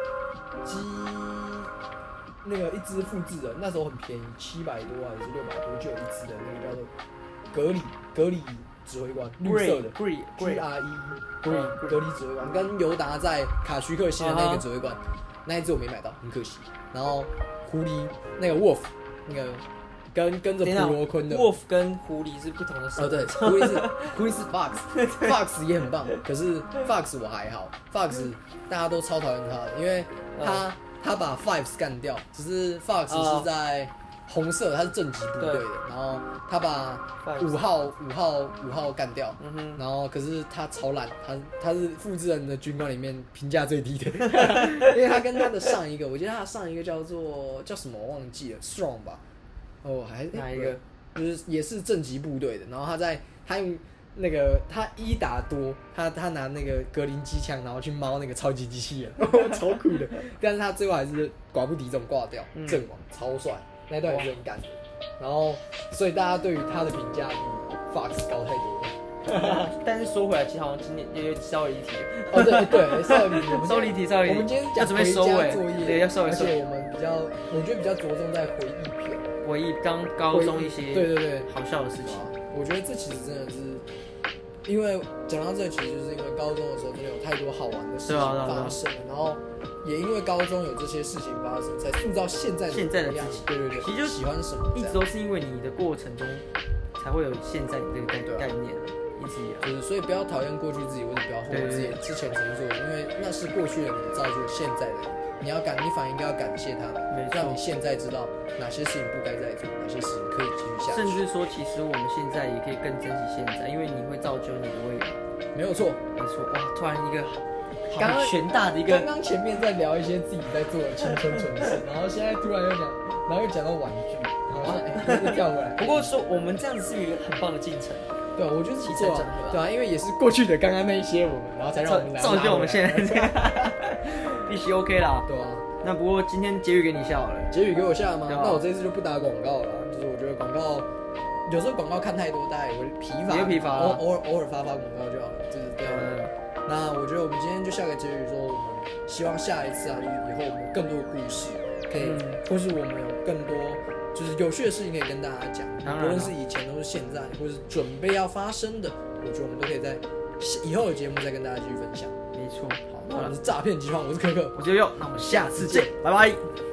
那个一只复制人，那时候很便宜，700多还是600多就有一只的那个叫做格里指挥官，绿色的 GRE 格里指挥官，跟尤达在卡徐克新的那个指挥官，那一只我没买到，很可惜。然后狐狸那个 Wolf 那个跟着普罗昆的 Wolf 跟狐狸是不同的生物。 对，狐狸是 Fox 也很棒，可是 Fox 我还好 ，Fox 大家都超讨厌他的，因为他把 Fives 干掉，只是 Fox 是在红色，他是正极部队的，然后他把5号干掉，然后可是他超烂，他是复制人的军官里面评价最低的，因为他跟他的上一个，我记得他上一个叫什么我忘记了 ，Strong 吧，还哪一个？ 就是也是正极部队的，然后他用那个他1打多，他拿那个格林机枪，然后去猫那个超级机器人，超酷的，但是他最后还是寡不敌众挂掉，阵亡，超帅。那段也是很感人，然后所以大家对于他的评价比 Fox 高太多了。 但是说回来，其实好像今天也稍微离题。 对，稍微离题。 稍离题。我们今天讲回家作业， 对，要稍微收。 而且我觉得比较着重在回忆片， 回忆高中一些对好笑的事情。 我觉得这其实真的是，因为讲到这，其实就是因为高中的时候真的有太多好玩的事情发生，然后。也因为高中有这些事情发生，才塑造现在的自己。 对， 其实就喜欢什么， 一直都是因为你的过程中，才会有现在这个概念。一直以来， 就是所以不要讨厌过去自己，或者不要后悔自己之前曾做的，因为那是过去的你造就现在的你。 你反而应该要感谢他们，让你现在知道哪些事情不该再做，哪些事情可以继续下去。 甚至说，其实我们现在也可以更珍惜现在，因为你会造就你的未来。 没有错， 没错。哇，突然一个好全大的一个， 刚刚前面在聊一些自己在做的青春蠢事，然后现在突然又讲到玩具，然后又跳回来。 不过说我们这样子是一个很棒的进程。 对啊，我觉得起做对啊，因为也是过去的刚刚那一些我们，然后才让我们造就我们现在这样，必须 OK 啦。 对啊。 那不过今天结语给你下好了。 结语给我下吗？那我这一次就不打广告了，就是我觉得广告有时候广告看太多，大家也会疲乏。 也疲乏。 偶尔发广告就好了，就是这样。那我觉得我们今天就下个结语说，我们希望下一次啊，以后我们有更多的故事可以，或是我们有更多就是有趣的事情可以跟大家讲，无论是以前都是现在，或是准备要发生的，我觉得我们都可以在以后的节目再跟大家继续分享。 没错。 好，那我们是诈骗集团，我是可可， 我是悠悠，那我们下次见，拜拜。